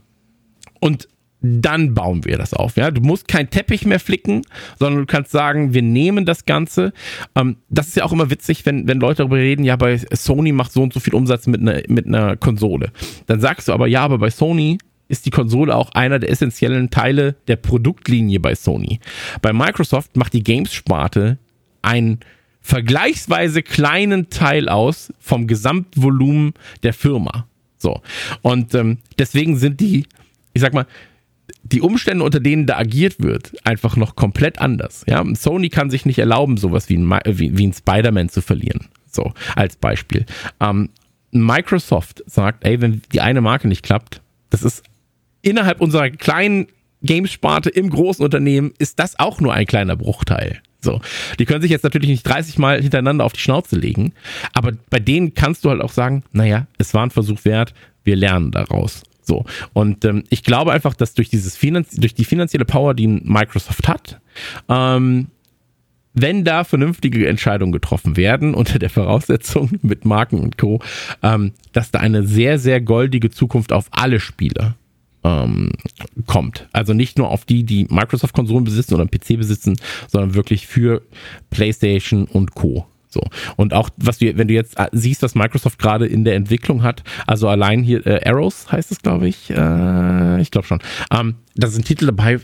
und dann bauen wir das auf. Ja? Du musst keinen Teppich mehr flicken, sondern du kannst sagen, wir nehmen das Ganze. Ähm, das ist ja auch immer witzig, wenn, wenn Leute darüber reden, ja, bei Sony macht so und so viel Umsatz mit einer mit einer Konsole. Dann sagst du aber, ja, aber bei Sony ist die Konsole auch einer der essentiellen Teile der Produktlinie bei Sony. Bei Microsoft macht die Games-Sparte einen vergleichsweise kleinen Teil aus vom Gesamtvolumen der Firma. So. Und ähm, deswegen sind die, ich sag mal, die Umstände, unter denen da agiert wird, einfach noch komplett anders. Ja? Sony kann sich nicht erlauben, sowas wie ein, wie, wie ein Spider-Man zu verlieren. So, als Beispiel. Ähm, Microsoft sagt, ey, wenn die eine Marke nicht klappt, das ist innerhalb unserer kleinen Games-Sparte im großen Unternehmen, ist das auch nur ein kleiner Bruchteil. So. Die können sich jetzt natürlich nicht dreißig Mal hintereinander auf die Schnauze legen, aber bei denen kannst du halt auch sagen, naja, es war ein Versuch wert, wir lernen daraus. So, und ähm, ich glaube einfach, dass durch dieses Finanz- durch die finanzielle Power, die Microsoft hat, ähm, wenn da vernünftige Entscheidungen getroffen werden, unter der Voraussetzung mit Marken und Co., ähm, dass da eine sehr, sehr goldige Zukunft auf alle Spiele ähm, kommt. Also nicht nur auf die, die Microsoft-Konsolen besitzen oder einen P C besitzen, sondern wirklich für PlayStation und Co. So. Und auch, was du, wenn du jetzt siehst, was Microsoft gerade in der Entwicklung hat, also allein hier, äh, Arrows heißt es, glaube ich, äh, ich glaube schon, ähm, da sind Titel dabei,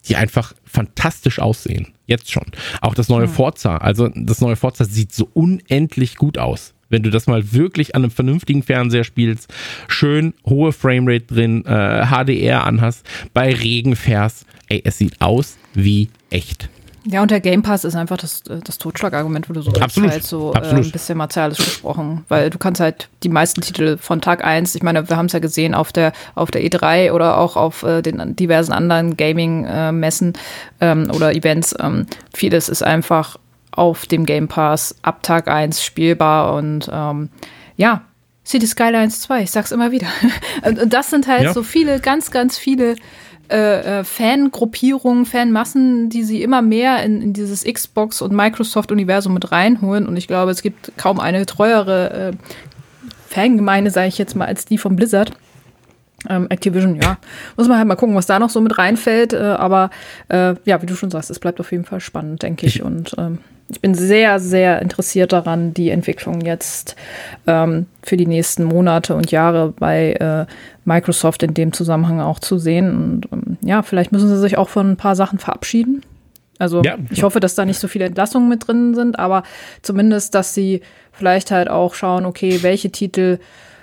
die einfach fantastisch aussehen. Jetzt schon. Auch das neue Forza. Also das neue Forza sieht so unendlich gut aus. Wenn du das mal wirklich an einem vernünftigen Fernseher spielst, schön hohe Framerate drin, äh, H D R anhast, bei Regen fährst, ey, es sieht aus wie echt. Ja, und der Game Pass ist einfach das, das Totschlagargument, wo du so Absolut. halt so Absolut. Äh, ein bisschen martialisch gesprochen, weil du kannst halt die meisten Titel von Tag eins, ich meine, wir haben es ja gesehen auf der auf der E drei oder auch auf äh, den diversen anderen Gaming-Messen äh, ähm, oder Events, ähm, vieles ist einfach auf dem Game Pass ab Tag eins spielbar und ähm, ja, City Skylines zwei, ich sag's immer wieder. und, und das sind halt ja. so viele, ganz, ganz viele Äh, Fangruppierungen, Fanmassen, die sie immer mehr in, in dieses Xbox- und Microsoft-Universum mit reinholen. Und ich glaube, es gibt kaum eine treuere äh, Fangemeinde, sage ich jetzt mal, als die von Blizzard. Ähm, Activision, ja. Muss man halt mal gucken, was da noch so mit reinfällt. Äh, aber äh, ja, wie du schon sagst, es bleibt auf jeden Fall spannend, denke ich. Und ähm, ich bin sehr, sehr interessiert daran, die Entwicklung jetzt ähm, für die nächsten Monate und Jahre bei äh, Microsoft in dem Zusammenhang auch zu sehen. Und ähm, ja, vielleicht müssen sie sich auch von ein paar Sachen verabschieden. Also ja. Ich hoffe, dass da nicht so viele Entlassungen mit drin sind, aber zumindest, dass sie vielleicht halt auch schauen, okay, welche Titel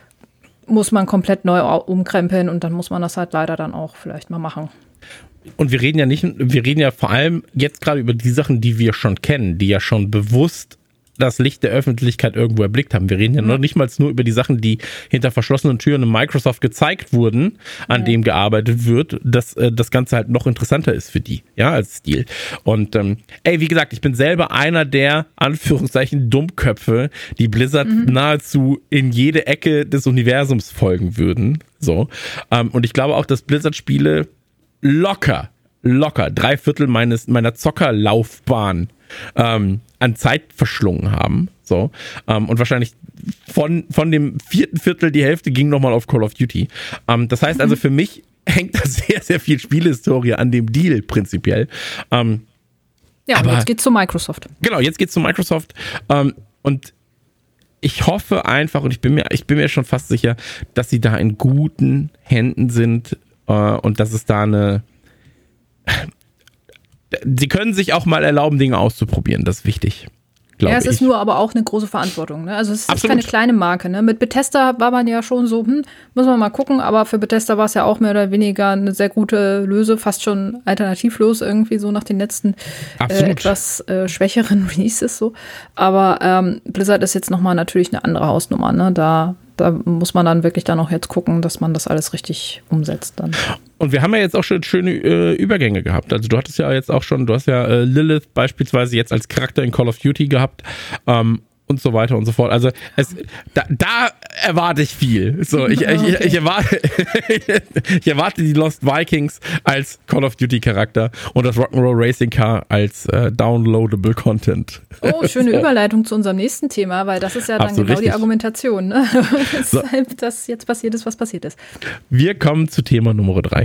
muss man komplett neu umkrempeln und dann muss man das halt leider dann auch vielleicht mal machen. Und wir reden ja nicht, wir reden ja vor allem jetzt gerade über die Sachen, die wir schon kennen, die ja schon bewusst das Licht der Öffentlichkeit irgendwo erblickt haben. Wir reden ja noch nicht mal nur über die Sachen, die hinter verschlossenen Türen in Microsoft gezeigt wurden, an ja. dem gearbeitet wird, dass äh, das Ganze halt noch interessanter ist für die, ja, als Stil. Und ähm, ey, wie gesagt, ich bin selber einer der, Anführungszeichen, Dummköpfe, die Blizzard mhm. nahezu in jede Ecke des Universums folgen würden. So. Ähm, und ich glaube auch, dass Blizzard-Spiele locker, locker drei Viertel meines, meiner Zockerlaufbahn ähm, an Zeit verschlungen haben. So. Ähm, und wahrscheinlich von, von dem vierten Viertel die Hälfte ging nochmal auf Call of Duty. Ähm, das heißt also, für mich hängt da sehr, sehr viel Spielhistorie an dem Deal prinzipiell. Ähm, ja, aber jetzt geht's zu Microsoft. Genau, jetzt geht's zu Microsoft. Ähm, und ich hoffe einfach, und ich bin mir, ich bin mir schon fast sicher, dass sie da in guten Händen sind äh, und dass es da eine Sie können sich auch mal erlauben, Dinge auszuprobieren. Das ist wichtig, glaube ich. Ja, es ist nur aber auch eine große Verantwortung. Ne? Also es Absolut. ist keine kleine Marke. Ne? Mit Bethesda war man ja schon so, hm, muss man mal gucken. Aber für Bethesda war es ja auch mehr oder weniger eine sehr gute Lösung, fast schon alternativlos irgendwie so nach den letzten äh, etwas äh, schwächeren Releases so. Aber ähm, Blizzard ist jetzt nochmal natürlich eine andere Hausnummer. Ne? Da Da muss man dann wirklich dann auch jetzt gucken, dass man das alles richtig umsetzt dann. Und wir haben ja jetzt auch schon schöne äh, Übergänge gehabt. Also du hattest ja jetzt auch schon, du hast ja äh, Lilith beispielsweise jetzt als Charakter in Call of Duty gehabt ähm, und so weiter und so fort. Also es, da, da erwarte ich viel. So, ich, okay. ich, ich, erwarte, ich erwarte die Lost Vikings als Call of Duty Charakter und das Rock'n'Roll Racing Car als äh, downloadable Content. Oh, schöne Überleitung zu unserem nächsten Thema, weil das ist ja dann Absolut genau richtig. Die Argumentation, ne? Weshalb so. das jetzt passiert ist, was passiert ist. Wir kommen zu Thema Nummer drei.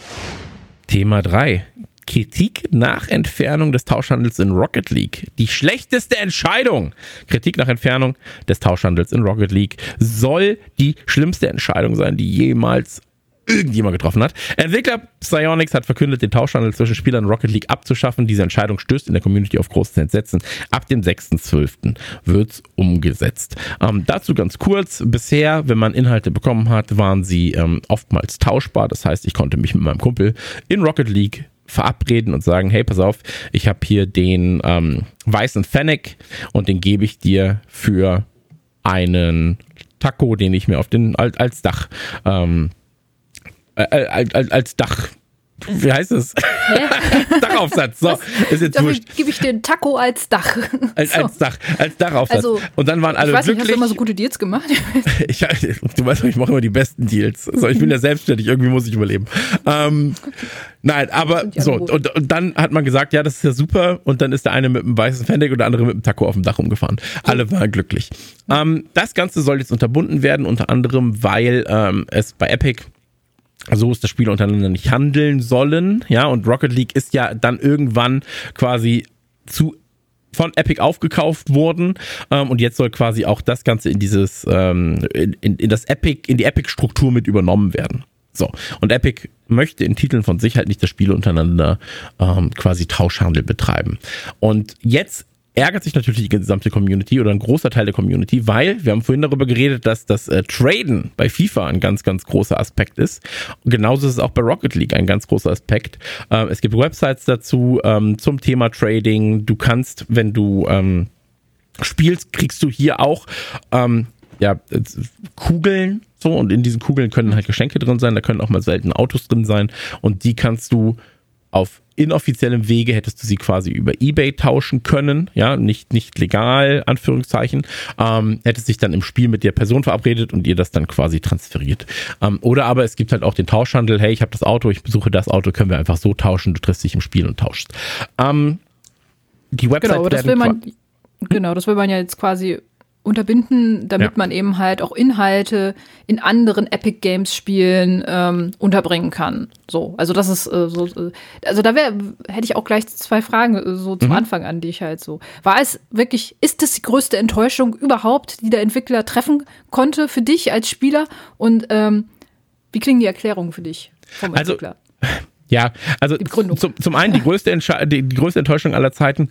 Thema drei. Kritik nach Entfernung des Tauschhandels in Rocket League. Die schlechteste Entscheidung. Kritik nach Entfernung des Tauschhandels in Rocket League soll die schlimmste Entscheidung sein, die jemals irgendjemand getroffen hat. Entwickler Psyonix hat verkündet, den Tauschhandel zwischen Spielern in Rocket League abzuschaffen. Diese Entscheidung stößt in der Community auf großes Entsetzen. Ab dem sechsten zwölften wird's umgesetzt. Ähm, dazu ganz kurz. Bisher, wenn man Inhalte bekommen hat, waren sie ähm, oftmals tauschbar. Das heißt, ich konnte mich mit meinem Kumpel in Rocket League verabreden und sagen, hey, pass auf, ich habe hier den ähm, weißen Fennec und den gebe ich dir für einen Taco, den ich mir auf den als, als Dach ähm, äh, als, als Dach wie heißt es? Dachaufsatz. So, ist jetzt Dafür wurscht. Gebe ich den Taco als Dach. Als, so. als Dach, als Dachaufsatz. Also, und dann waren alle ich weiß nicht, glücklich. hast du immer so gute Deals gemacht? ich, du weißt, ich mache immer die besten Deals. So, ich bin ja selbstständig, irgendwie muss ich überleben. Ähm, nein, aber so, und, und dann hat man gesagt, ja, das ist ja super. Und dann ist der eine mit einem weißen Fennec und der andere mit einem Taco auf dem Dach rumgefahren. Alle waren glücklich. Ähm, das Ganze soll jetzt unterbunden werden, unter anderem, weil ähm, es bei Epic so ist, dass Spieler untereinander nicht handeln sollen, ja, und Rocket League ist ja dann irgendwann quasi zu von Epic aufgekauft worden, ähm, und jetzt soll quasi auch das Ganze in dieses ähm, in, in, in das Epic, in die Epic-Struktur mit übernommen werden. So, und Epic möchte in Titeln von sich halt nicht, dass Spiele untereinander ähm, quasi Tauschhandel betreiben. Und jetzt ärgert sich natürlich die gesamte Community oder ein großer Teil der Community, weil wir haben vorhin darüber geredet, dass das äh, Traden bei FIFA ein ganz, ganz großer Aspekt ist. Und genauso ist es auch bei Rocket League ein ganz großer Aspekt. Ähm, es gibt Websites dazu ähm, zum Thema Trading. Du kannst, wenn du ähm, spielst, kriegst du hier auch ähm, ja, Kugeln, so, und in diesen Kugeln können halt Geschenke drin sein, da können auch mal selten Autos drin sein, und die kannst du auf inoffiziellem Wege, hättest du sie quasi über eBay tauschen können, ja, nicht, nicht legal, Anführungszeichen, ähm, hättest dich dann im Spiel mit der Person verabredet und ihr das dann quasi transferiert. Ähm, oder aber es gibt halt auch den Tauschhandel, hey, ich habe das Auto, ich besuche das Auto, können wir einfach so tauschen, du triffst dich im Spiel und tauschst. Ähm, die Website genau, das will man, genau, das will man ja jetzt quasi unterbinden, damit ja. man eben halt auch Inhalte in anderen Epic Games Spielen ähm, unterbringen kann. So, also das ist äh, so, äh, also da wäre, hätte ich auch gleich zwei Fragen äh, so zum mhm. Anfang an dich halt so. War es wirklich, ist das die größte Enttäuschung überhaupt, die der Entwickler treffen konnte für dich als Spieler? Und ähm, wie klingen die Erklärungen für dich vom Entwickler? Also, ja, also zum, zum einen die größte, Entsche- die, die größte Enttäuschung aller Zeiten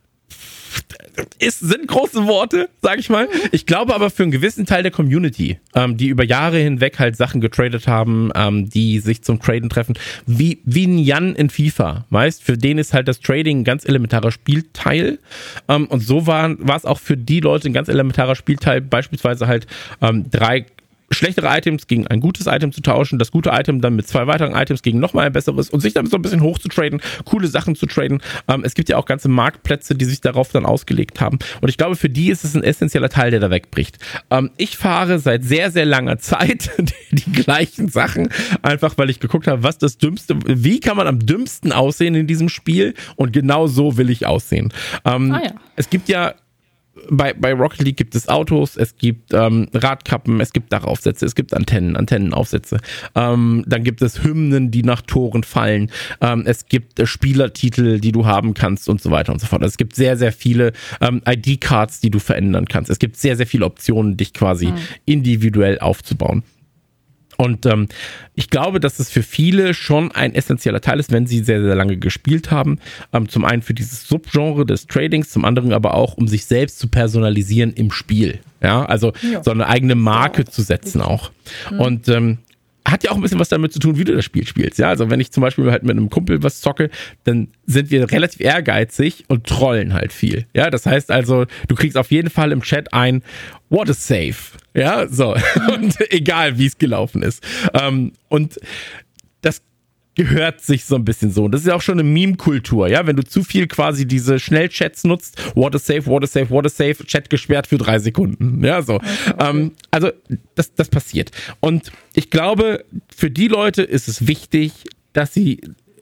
Ist, sind große Worte, sag ich mal. Ich glaube aber für einen gewissen Teil der Community, ähm, die über Jahre hinweg halt Sachen getradet haben, ähm, die sich zum Traden treffen, wie, wie ein Jan in FIFA, weißt, für den ist halt das Trading ein ganz elementarer Spielteil, ähm, und so war es auch für die Leute ein ganz elementarer Spielteil, beispielsweise halt ähm, drei schlechtere Items gegen ein gutes Item zu tauschen, das gute Item dann mit zwei weiteren Items gegen nochmal ein besseres und sich damit so ein bisschen hoch zu traden, coole Sachen zu traden. Ähm, es gibt ja auch ganze Marktplätze, die sich darauf dann ausgelegt haben, und ich glaube, für die ist es ein essentieller Teil, der da wegbricht. Ähm, ich fahre seit sehr, sehr langer Zeit die, die gleichen Sachen, einfach weil ich geguckt habe, was das Dümmste, wie kann man am dümmsten aussehen in diesem Spiel, und genau so will ich aussehen. Ähm, ah, ja. Es gibt ja Bei, bei Rocket League gibt es Autos, es gibt ähm, Radkappen, es gibt Dachaufsätze, es gibt Antennen, Antennenaufsätze. Ähm, dann gibt es Hymnen, die nach Toren fallen. Ähm, es gibt äh, Spielertitel, die du haben kannst und so weiter und so fort. Also es gibt sehr, sehr viele ähm, I D-Cards, die du verändern kannst. Es gibt sehr, sehr viele Optionen, dich quasi mhm. individuell aufzubauen. Und ähm, ich glaube, dass es für viele schon ein essentieller Teil ist, wenn sie sehr, sehr lange gespielt haben. Ähm, zum einen für dieses Subgenre des Tradings, zum anderen aber auch, um sich selbst zu personalisieren im Spiel. Ja, also ja. so eine eigene Marke ja. zu setzen auch. Mhm. Und ähm, hat ja auch ein bisschen was damit zu tun, wie du das Spiel spielst. Ja, also wenn ich zum Beispiel halt mit einem Kumpel was zocke, dann sind wir relativ ehrgeizig und trollen halt viel. Ja, das heißt also, du kriegst auf jeden Fall im Chat ein What is safe? Ja, so. Und egal, wie es gelaufen ist. Ähm, und das gehört sich so ein bisschen so. Und das ist ja auch schon eine Meme-Kultur, ja, wenn du zu viel quasi diese Schnellchats nutzt, what is safe, what is safe, what is safe, Chat gesperrt für drei Sekunden, ja, so. Okay. Ähm, also, das, das passiert. Und ich glaube, für die Leute ist es wichtig, dass sie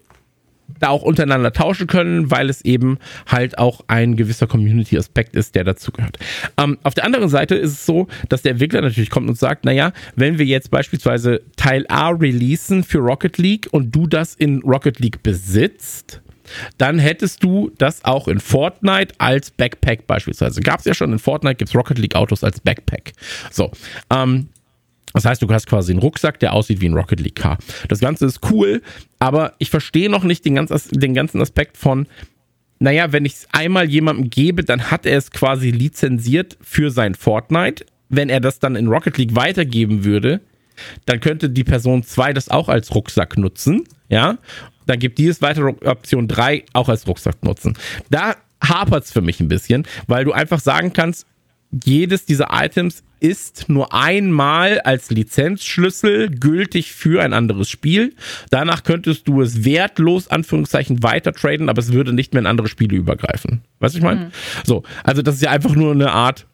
da auch untereinander tauschen können, weil es eben halt auch ein gewisser Community-Aspekt ist, der dazugehört. Ähm, auf der anderen Seite ist es so, dass der Entwickler natürlich kommt und sagt, naja, wenn wir jetzt beispielsweise Teil A releasen für Rocket League und du das in Rocket League besitzt, dann hättest du das auch in Fortnite als Backpack beispielsweise. Gab es ja schon, in Fortnite gibt es Rocket League Autos als Backpack. So, ähm, das heißt, du hast quasi einen Rucksack, der aussieht wie ein Rocket League Car. Das Ganze ist cool, aber ich verstehe noch nicht den, ganz, den ganzen Aspekt von, naja, wenn ich es einmal jemandem gebe, dann hat er es quasi lizenziert für sein Fortnite. Wenn er das dann in Rocket League weitergeben würde, dann könnte die Person zwei das auch als Rucksack nutzen, ja. Dann gibt dieses weitere Option drei auch als Rucksack nutzen. Da hapert es für mich ein bisschen, weil du einfach sagen kannst, jedes dieser Items ist nur einmal als Lizenzschlüssel gültig für ein anderes Spiel. Danach könntest du es wertlos, Anführungszeichen, weiter traden, aber es würde nicht mehr in andere Spiele übergreifen. Weißt du, ich meine? Mhm. So, also das ist ja einfach nur eine Art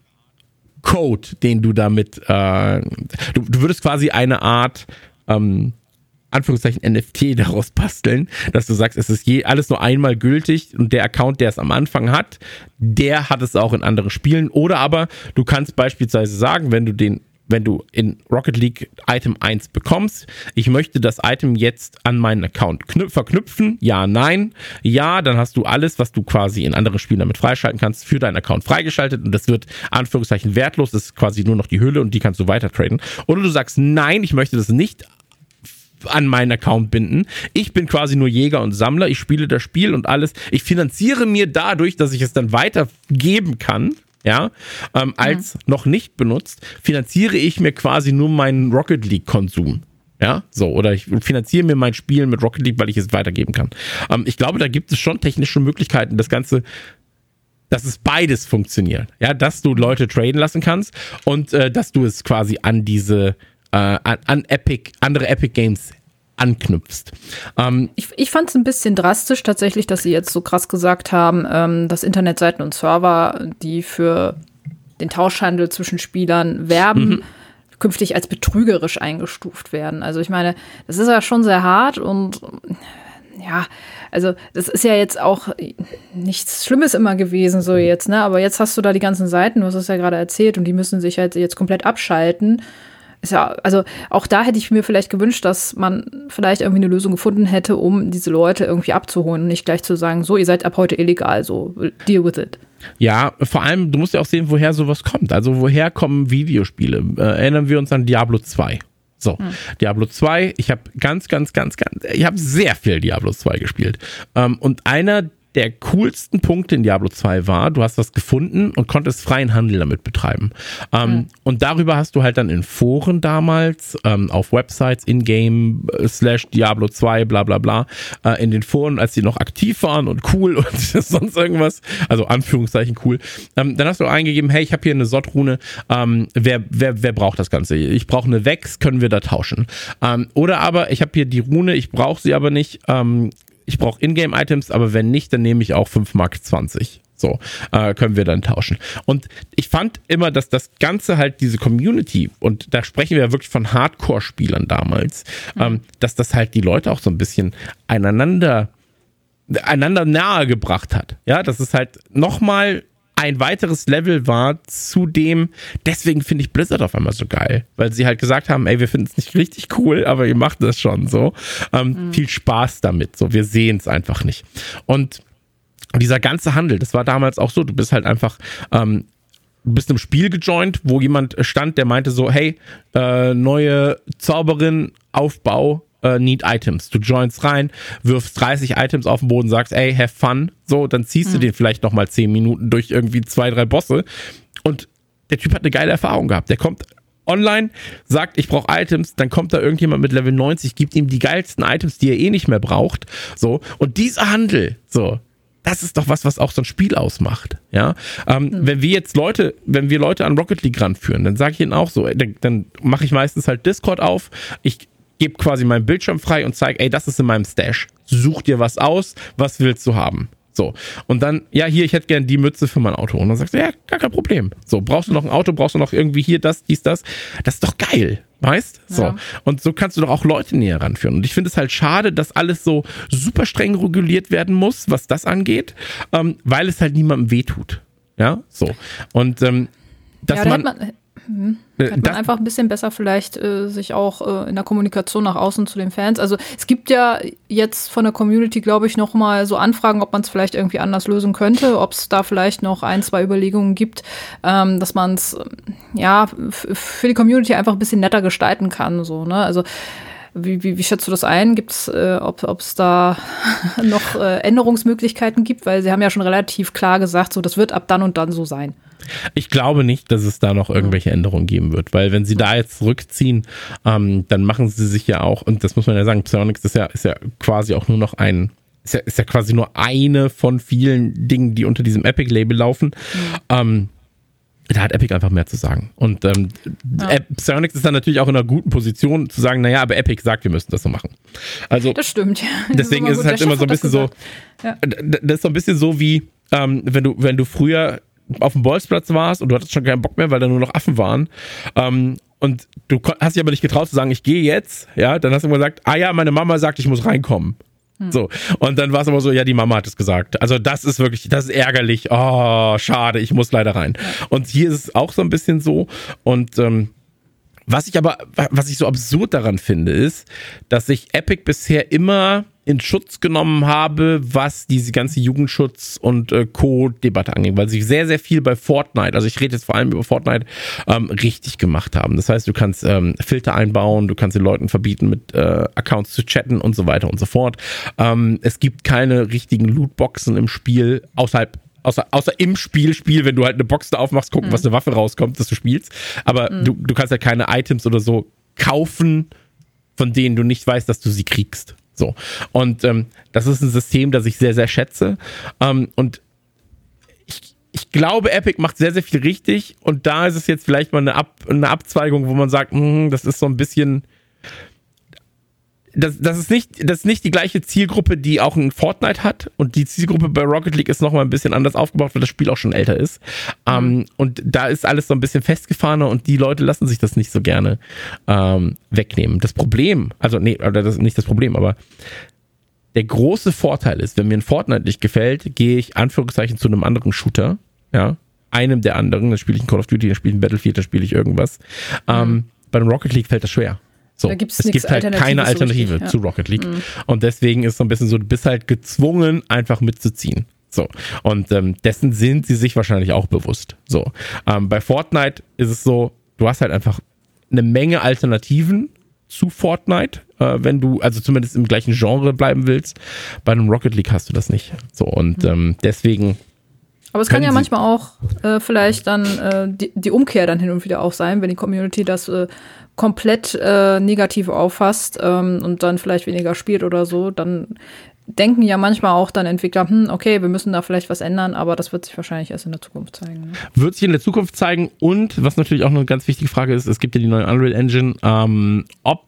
Code, den du damit, äh, du, du würdest quasi eine Art, ähm, Anführungszeichen N F T daraus basteln, dass du sagst, es ist je alles nur einmal gültig und der Account, der es am Anfang hat, der hat es auch in anderen Spielen. Oder aber du kannst beispielsweise sagen, wenn du den, wenn du in Rocket League Item eins bekommst, ich möchte das Item jetzt an meinen Account knüp- verknüpfen, ja, nein, ja, dann hast du alles, was du quasi in anderen Spielen damit freischalten kannst, für deinen Account freigeschaltet und das wird Anführungszeichen wertlos, das ist quasi nur noch die Hülle und die kannst du weiter traden. Oder du sagst, nein, ich möchte das nicht an meinen Account binden. Ich bin quasi nur Jäger und Sammler. Ich spiele das Spiel und alles. Ich finanziere mir dadurch, dass ich es dann weitergeben kann, ja, ähm, als mhm. noch nicht benutzt, finanziere ich mir quasi nur meinen Rocket League-Konsum. Ja, so, oder ich finanziere mir mein Spiel mit Rocket League, weil ich es weitergeben kann. Ähm, ich glaube, da gibt es schon technische Möglichkeiten, das Ganze, dass es beides funktioniert. Ja, dass du Leute traden lassen kannst und äh, dass du es quasi an diese, äh, an, an Epic, andere Epic Games anknüpfst. Ähm, ich ich fand es ein bisschen drastisch tatsächlich, dass sie jetzt so krass gesagt haben, ähm, dass Internetseiten und Server, die für den Tauschhandel zwischen Spielern werben, mhm. künftig als betrügerisch eingestuft werden. Also ich meine, das ist ja schon sehr hart und ja, also das ist ja jetzt auch nichts Schlimmes immer gewesen so jetzt, ne? Aber jetzt hast du da die ganzen Seiten, du hast es ja gerade erzählt und die müssen sich halt jetzt komplett abschalten. Ist ja, also auch da hätte ich mir vielleicht gewünscht, dass man vielleicht irgendwie eine Lösung gefunden hätte, um diese Leute irgendwie abzuholen und nicht gleich zu sagen, so, ihr seid ab heute illegal, so, deal with it. Ja, vor allem, du musst ja auch sehen, woher sowas kommt. Also woher kommen Videospiele? Äh, erinnern wir uns an Diablo zwei. So, hm. Diablo zwei, ich habe ganz, ganz, ganz, ganz, ich habe sehr viel Diablo zwei gespielt. Ähm, und einer der coolsten Punkte in Diablo zwei war, du hast was gefunden und konntest freien Handel damit betreiben. Ähm, mhm. Und darüber hast du halt dann in Foren damals, ähm, auf Websites, in-game, äh, slash Diablo zwei, bla bla bla, äh, in den Foren, als die noch aktiv waren und cool und sonst irgendwas, also Anführungszeichen cool, ähm, dann hast du eingegeben, hey, ich habe hier eine S O T-Rune, ähm, wer, wer, wer braucht das Ganze? Ich brauche eine Vex, können wir da tauschen? Ähm, oder aber, ich habe hier die Rune, ich brauche sie aber nicht, ähm, ich brauche Ingame-Items, aber wenn nicht, dann nehme ich auch fünf Mark zwanzig. So, äh, können wir dann tauschen. Und ich fand immer, dass das Ganze halt diese Community, und da sprechen wir ja wirklich von Hardcore-Spielern damals, mhm. ähm, dass das halt die Leute auch so ein bisschen einander, einander nahe gebracht hat. Ja, dass es halt nochmal ein weiteres Level war zu dem, deswegen finde ich Blizzard auf einmal so geil, weil sie halt gesagt haben, ey, wir finden es nicht richtig cool, aber ihr macht das schon so. Ähm, mhm. Viel Spaß damit, so, wir sehen es einfach nicht. Und dieser ganze Handel, das war damals auch so, du bist halt einfach, ähm, du bist im Spiel gejoint, wo jemand stand, der meinte so, hey, äh, neue Zauberin, Aufbau, Uh, need Items. Du joinst rein, wirfst dreißig Items auf den Boden, sagst, ey, have fun. So, dann ziehst mhm. du den vielleicht nochmal zehn Minuten durch irgendwie zwei, drei Bosse. Und der Typ hat eine geile Erfahrung gehabt. Der kommt online, sagt, ich brauche Items, dann kommt da irgendjemand mit Level neunzig, gibt ihm die geilsten Items, die er eh nicht mehr braucht. So, und dieser Handel, so, das ist doch was, was auch so ein Spiel ausmacht. Ja, ähm, mhm. wenn wir jetzt Leute, wenn wir Leute an Rocket League ranführen, dann sage ich ihnen auch so, dann, dann mache ich meistens halt Discord auf, ich gebe quasi meinen Bildschirm frei und zeige, ey, das ist in meinem Stash. Such dir was aus, was willst du haben? So. Und dann, ja, hier, ich hätte gern die Mütze für mein Auto. Und dann sagst du, ja, gar kein Problem. So, brauchst du noch ein Auto, brauchst du noch irgendwie hier das, dies, das. Das ist doch geil, weißt? So. Ja. Und so kannst du doch auch Leute näher ranführen. Und ich finde es halt schade, dass alles so super streng reguliert werden muss, was das angeht, ähm, weil es halt niemandem wehtut. Ja, so. Und, ähm, dass ja, man... man Mhm. Hätte man das einfach ein bisschen besser vielleicht äh, sich auch äh, in der Kommunikation nach außen zu den Fans. Also es gibt ja jetzt von der Community, glaube ich, noch mal so Anfragen, ob man es vielleicht irgendwie anders lösen könnte, ob es da vielleicht noch ein, zwei Überlegungen gibt, ähm, dass man es ja f- für die Community einfach ein bisschen netter gestalten kann. So, ne? Also Wie, wie, wie schätzt du das ein? Gibt es, äh, ob es da noch äh, Änderungsmöglichkeiten gibt? Weil sie haben ja schon relativ klar gesagt, so das wird ab dann und dann so sein. Ich glaube nicht, dass es da noch irgendwelche Änderungen geben wird, weil wenn sie da jetzt zurückziehen, ähm, dann machen sie sich ja auch, und das muss man ja sagen, Psyonix ist ja, ist ja quasi auch nur noch ein, ist ja, ist ja quasi nur eine von vielen Dingen, die unter diesem Epic-Label laufen. Mhm. Ähm, Da hat Epic einfach mehr zu sagen. Und ähm, ja. Psyonix ist dann natürlich auch in einer guten Position zu sagen, naja, aber Epic sagt, wir müssen das so machen. Also, das stimmt, ja. Deswegen ist, ist es halt immer so ein bisschen so, ja. Das ist so ein bisschen so wie, ähm, wenn du, wenn du früher auf dem Bolzplatz warst und du hattest schon keinen Bock mehr, weil da nur noch Affen waren, ähm, und du hast dich aber nicht getraut zu sagen, ich gehe jetzt, ja, dann hast du immer gesagt, ah ja, meine Mama sagt, ich muss reinkommen. Hm. So, und dann war es aber so, ja, die Mama hat es gesagt. Also das ist wirklich, das ist ärgerlich. Oh, schade, ich muss leider rein. Ja. Und hier ist es auch so ein bisschen so. Und ähm, was ich aber, was ich so absurd daran finde, ist, dass sich Epic bisher immer, in Schutz genommen habe, was diese ganze Jugendschutz- und äh, Co-Debatte angeht, weil sie sehr, sehr viel bei Fortnite, also ich rede jetzt vor allem über Fortnite, ähm, richtig gemacht haben. Das heißt, du kannst ähm, Filter einbauen, du kannst den Leuten verbieten, mit äh, Accounts zu chatten und so weiter und so fort. Ähm, es gibt keine richtigen Lootboxen im Spiel, außerhalb Außer, außer im Spiel, Spiel, wenn du halt eine Box da aufmachst, gucken, mhm. was eine Waffe rauskommt, dass du spielst. Aber mhm. du, du kannst halt keine Items oder so kaufen, von denen du nicht weißt, dass du sie kriegst. So. Und ähm, das ist ein System, das ich sehr, sehr schätze. Ähm, und ich, ich glaube, Epic macht sehr, sehr viel richtig. Und da ist es jetzt vielleicht mal eine, Ab, eine Abzweigung, wo man sagt, mh, das ist so ein bisschen... Das, das, ist nicht, das ist nicht die gleiche Zielgruppe, die auch ein Fortnite hat. Und die Zielgruppe bei Rocket League ist nochmal ein bisschen anders aufgebaut, weil das Spiel auch schon älter ist. Mhm. Ähm, und da ist alles so ein bisschen festgefahrener und die Leute lassen sich das nicht so gerne ähm, wegnehmen. Das Problem, also nee, das ist nicht das Problem, aber der große Vorteil ist, wenn mir ein Fortnite nicht gefällt, gehe ich Anführungszeichen zu einem anderen Shooter, ja, einem der anderen, dann spiele ich ein Call of Duty, dann spiele ich ein Battlefield, dann spiele ich irgendwas. Mhm. Ähm, bei einem Rocket League fällt das schwer. So, da gibt's es gibt halt keine Alternative so richtig, zu Rocket League. Mhm. Und deswegen ist so ein bisschen so, du bist halt gezwungen, einfach mitzuziehen. So. Und ähm, dessen sind sie sich wahrscheinlich auch bewusst. So. Ähm, bei Fortnite ist es so, du hast halt einfach eine Menge Alternativen zu Fortnite, äh, wenn du, also zumindest im gleichen Genre bleiben willst. Bei einem Rocket League hast du das nicht. So, und mhm. ähm, deswegen. Aber es kann ja manchmal auch äh, vielleicht dann äh, die, die Umkehr dann hin und wieder auch sein, wenn die Community das äh, komplett äh, negativ auffasst ähm, und dann vielleicht weniger spielt oder so, dann denken ja manchmal auch dann Entwickler, hm, okay, wir müssen da vielleicht was ändern, aber das wird sich wahrscheinlich erst in der Zukunft zeigen. Ne? Wird sich in der Zukunft zeigen und was natürlich auch eine ganz wichtige Frage ist, es gibt ja die neue Unreal Engine, ähm, ob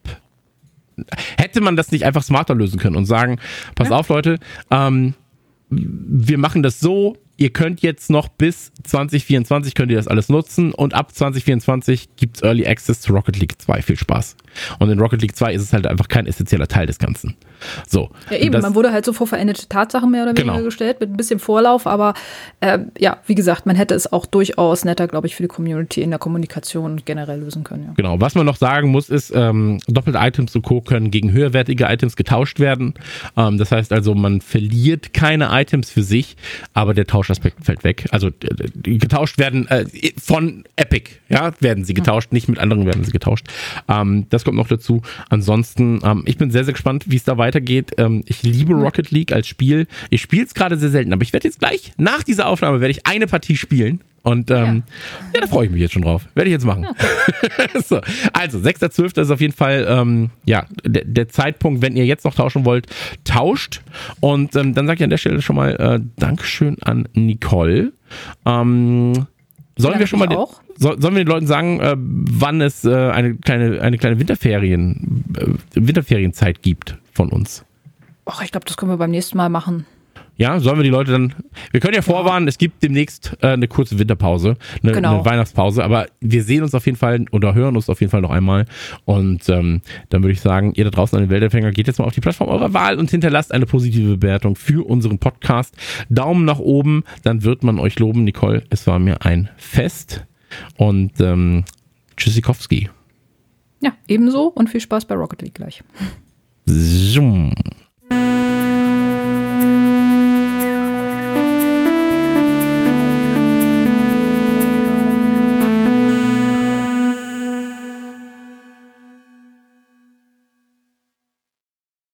hätte man das nicht einfach smarter lösen können und sagen, pass ja. auf Leute, ähm, wir machen das so, ihr könnt jetzt noch bis zwanzig vierundzwanzig könnt ihr das alles nutzen und ab zwanzig vierundzwanzig gibt's Early Access zu Rocket League zwei. Viel Spaß. Und in Rocket League zwei ist es halt einfach kein essentieller Teil des Ganzen. So. Ja eben, das, man wurde halt so vor veränderte Tatsachen mehr oder weniger genau. gestellt, mit ein bisschen Vorlauf, aber äh, ja, wie gesagt, man hätte es auch durchaus netter, glaube ich, für die Community in der Kommunikation generell lösen können. Ja. Genau, was man noch sagen muss, ist, ähm, doppelte Items und Co. können gegen höherwertige Items getauscht werden. Ähm, das heißt also, man verliert keine Items für sich, aber der Tauschaspekt fällt weg. Also äh, getauscht werden äh, von Epic, ja, werden sie getauscht, nicht mit anderen werden sie getauscht. Ähm, das kommt noch dazu. Ansonsten, ähm, ich bin sehr, sehr gespannt, wie es da weitergeht. Ähm, ich liebe Rocket League als Spiel. Ich spiele es gerade sehr selten, aber ich werde jetzt gleich, nach dieser Aufnahme, werde ich eine Partie spielen. Und ähm, ja. ja, da freue ich mich jetzt schon drauf. Werde ich jetzt machen. Okay. so, also, sechster zwölfter ist auf jeden Fall ähm, ja, der, der Zeitpunkt, wenn ihr jetzt noch tauschen wollt, tauscht. Und ähm, dann sage ich an der Stelle schon mal äh, Dankeschön an Nicole. Ähm, sollen wir schon mal den, so, sollen wir den Leuten sagen, äh, wann es äh, eine kleine, eine kleine Winterferien, äh, Winterferienzeit gibt von uns? Och, ich glaube, das können wir beim nächsten Mal machen. Ja, sollen wir die Leute dann, wir können ja vorwarnen, es gibt demnächst äh, eine kurze Winterpause, eine, genau. eine Weihnachtspause, aber wir sehen uns auf jeden Fall oder hören uns auf jeden Fall noch einmal und ähm, dann würde ich sagen, ihr da draußen an den Weltempfänger, geht jetzt mal auf die Plattform eurer Wahl und hinterlasst eine positive Bewertung für unseren Podcast. Daumen nach oben, dann wird man euch loben. Nicole, es war mir ein Fest und ähm, Tschüssikowski. Ja, ebenso und viel Spaß bei Rocket League gleich. Zoom.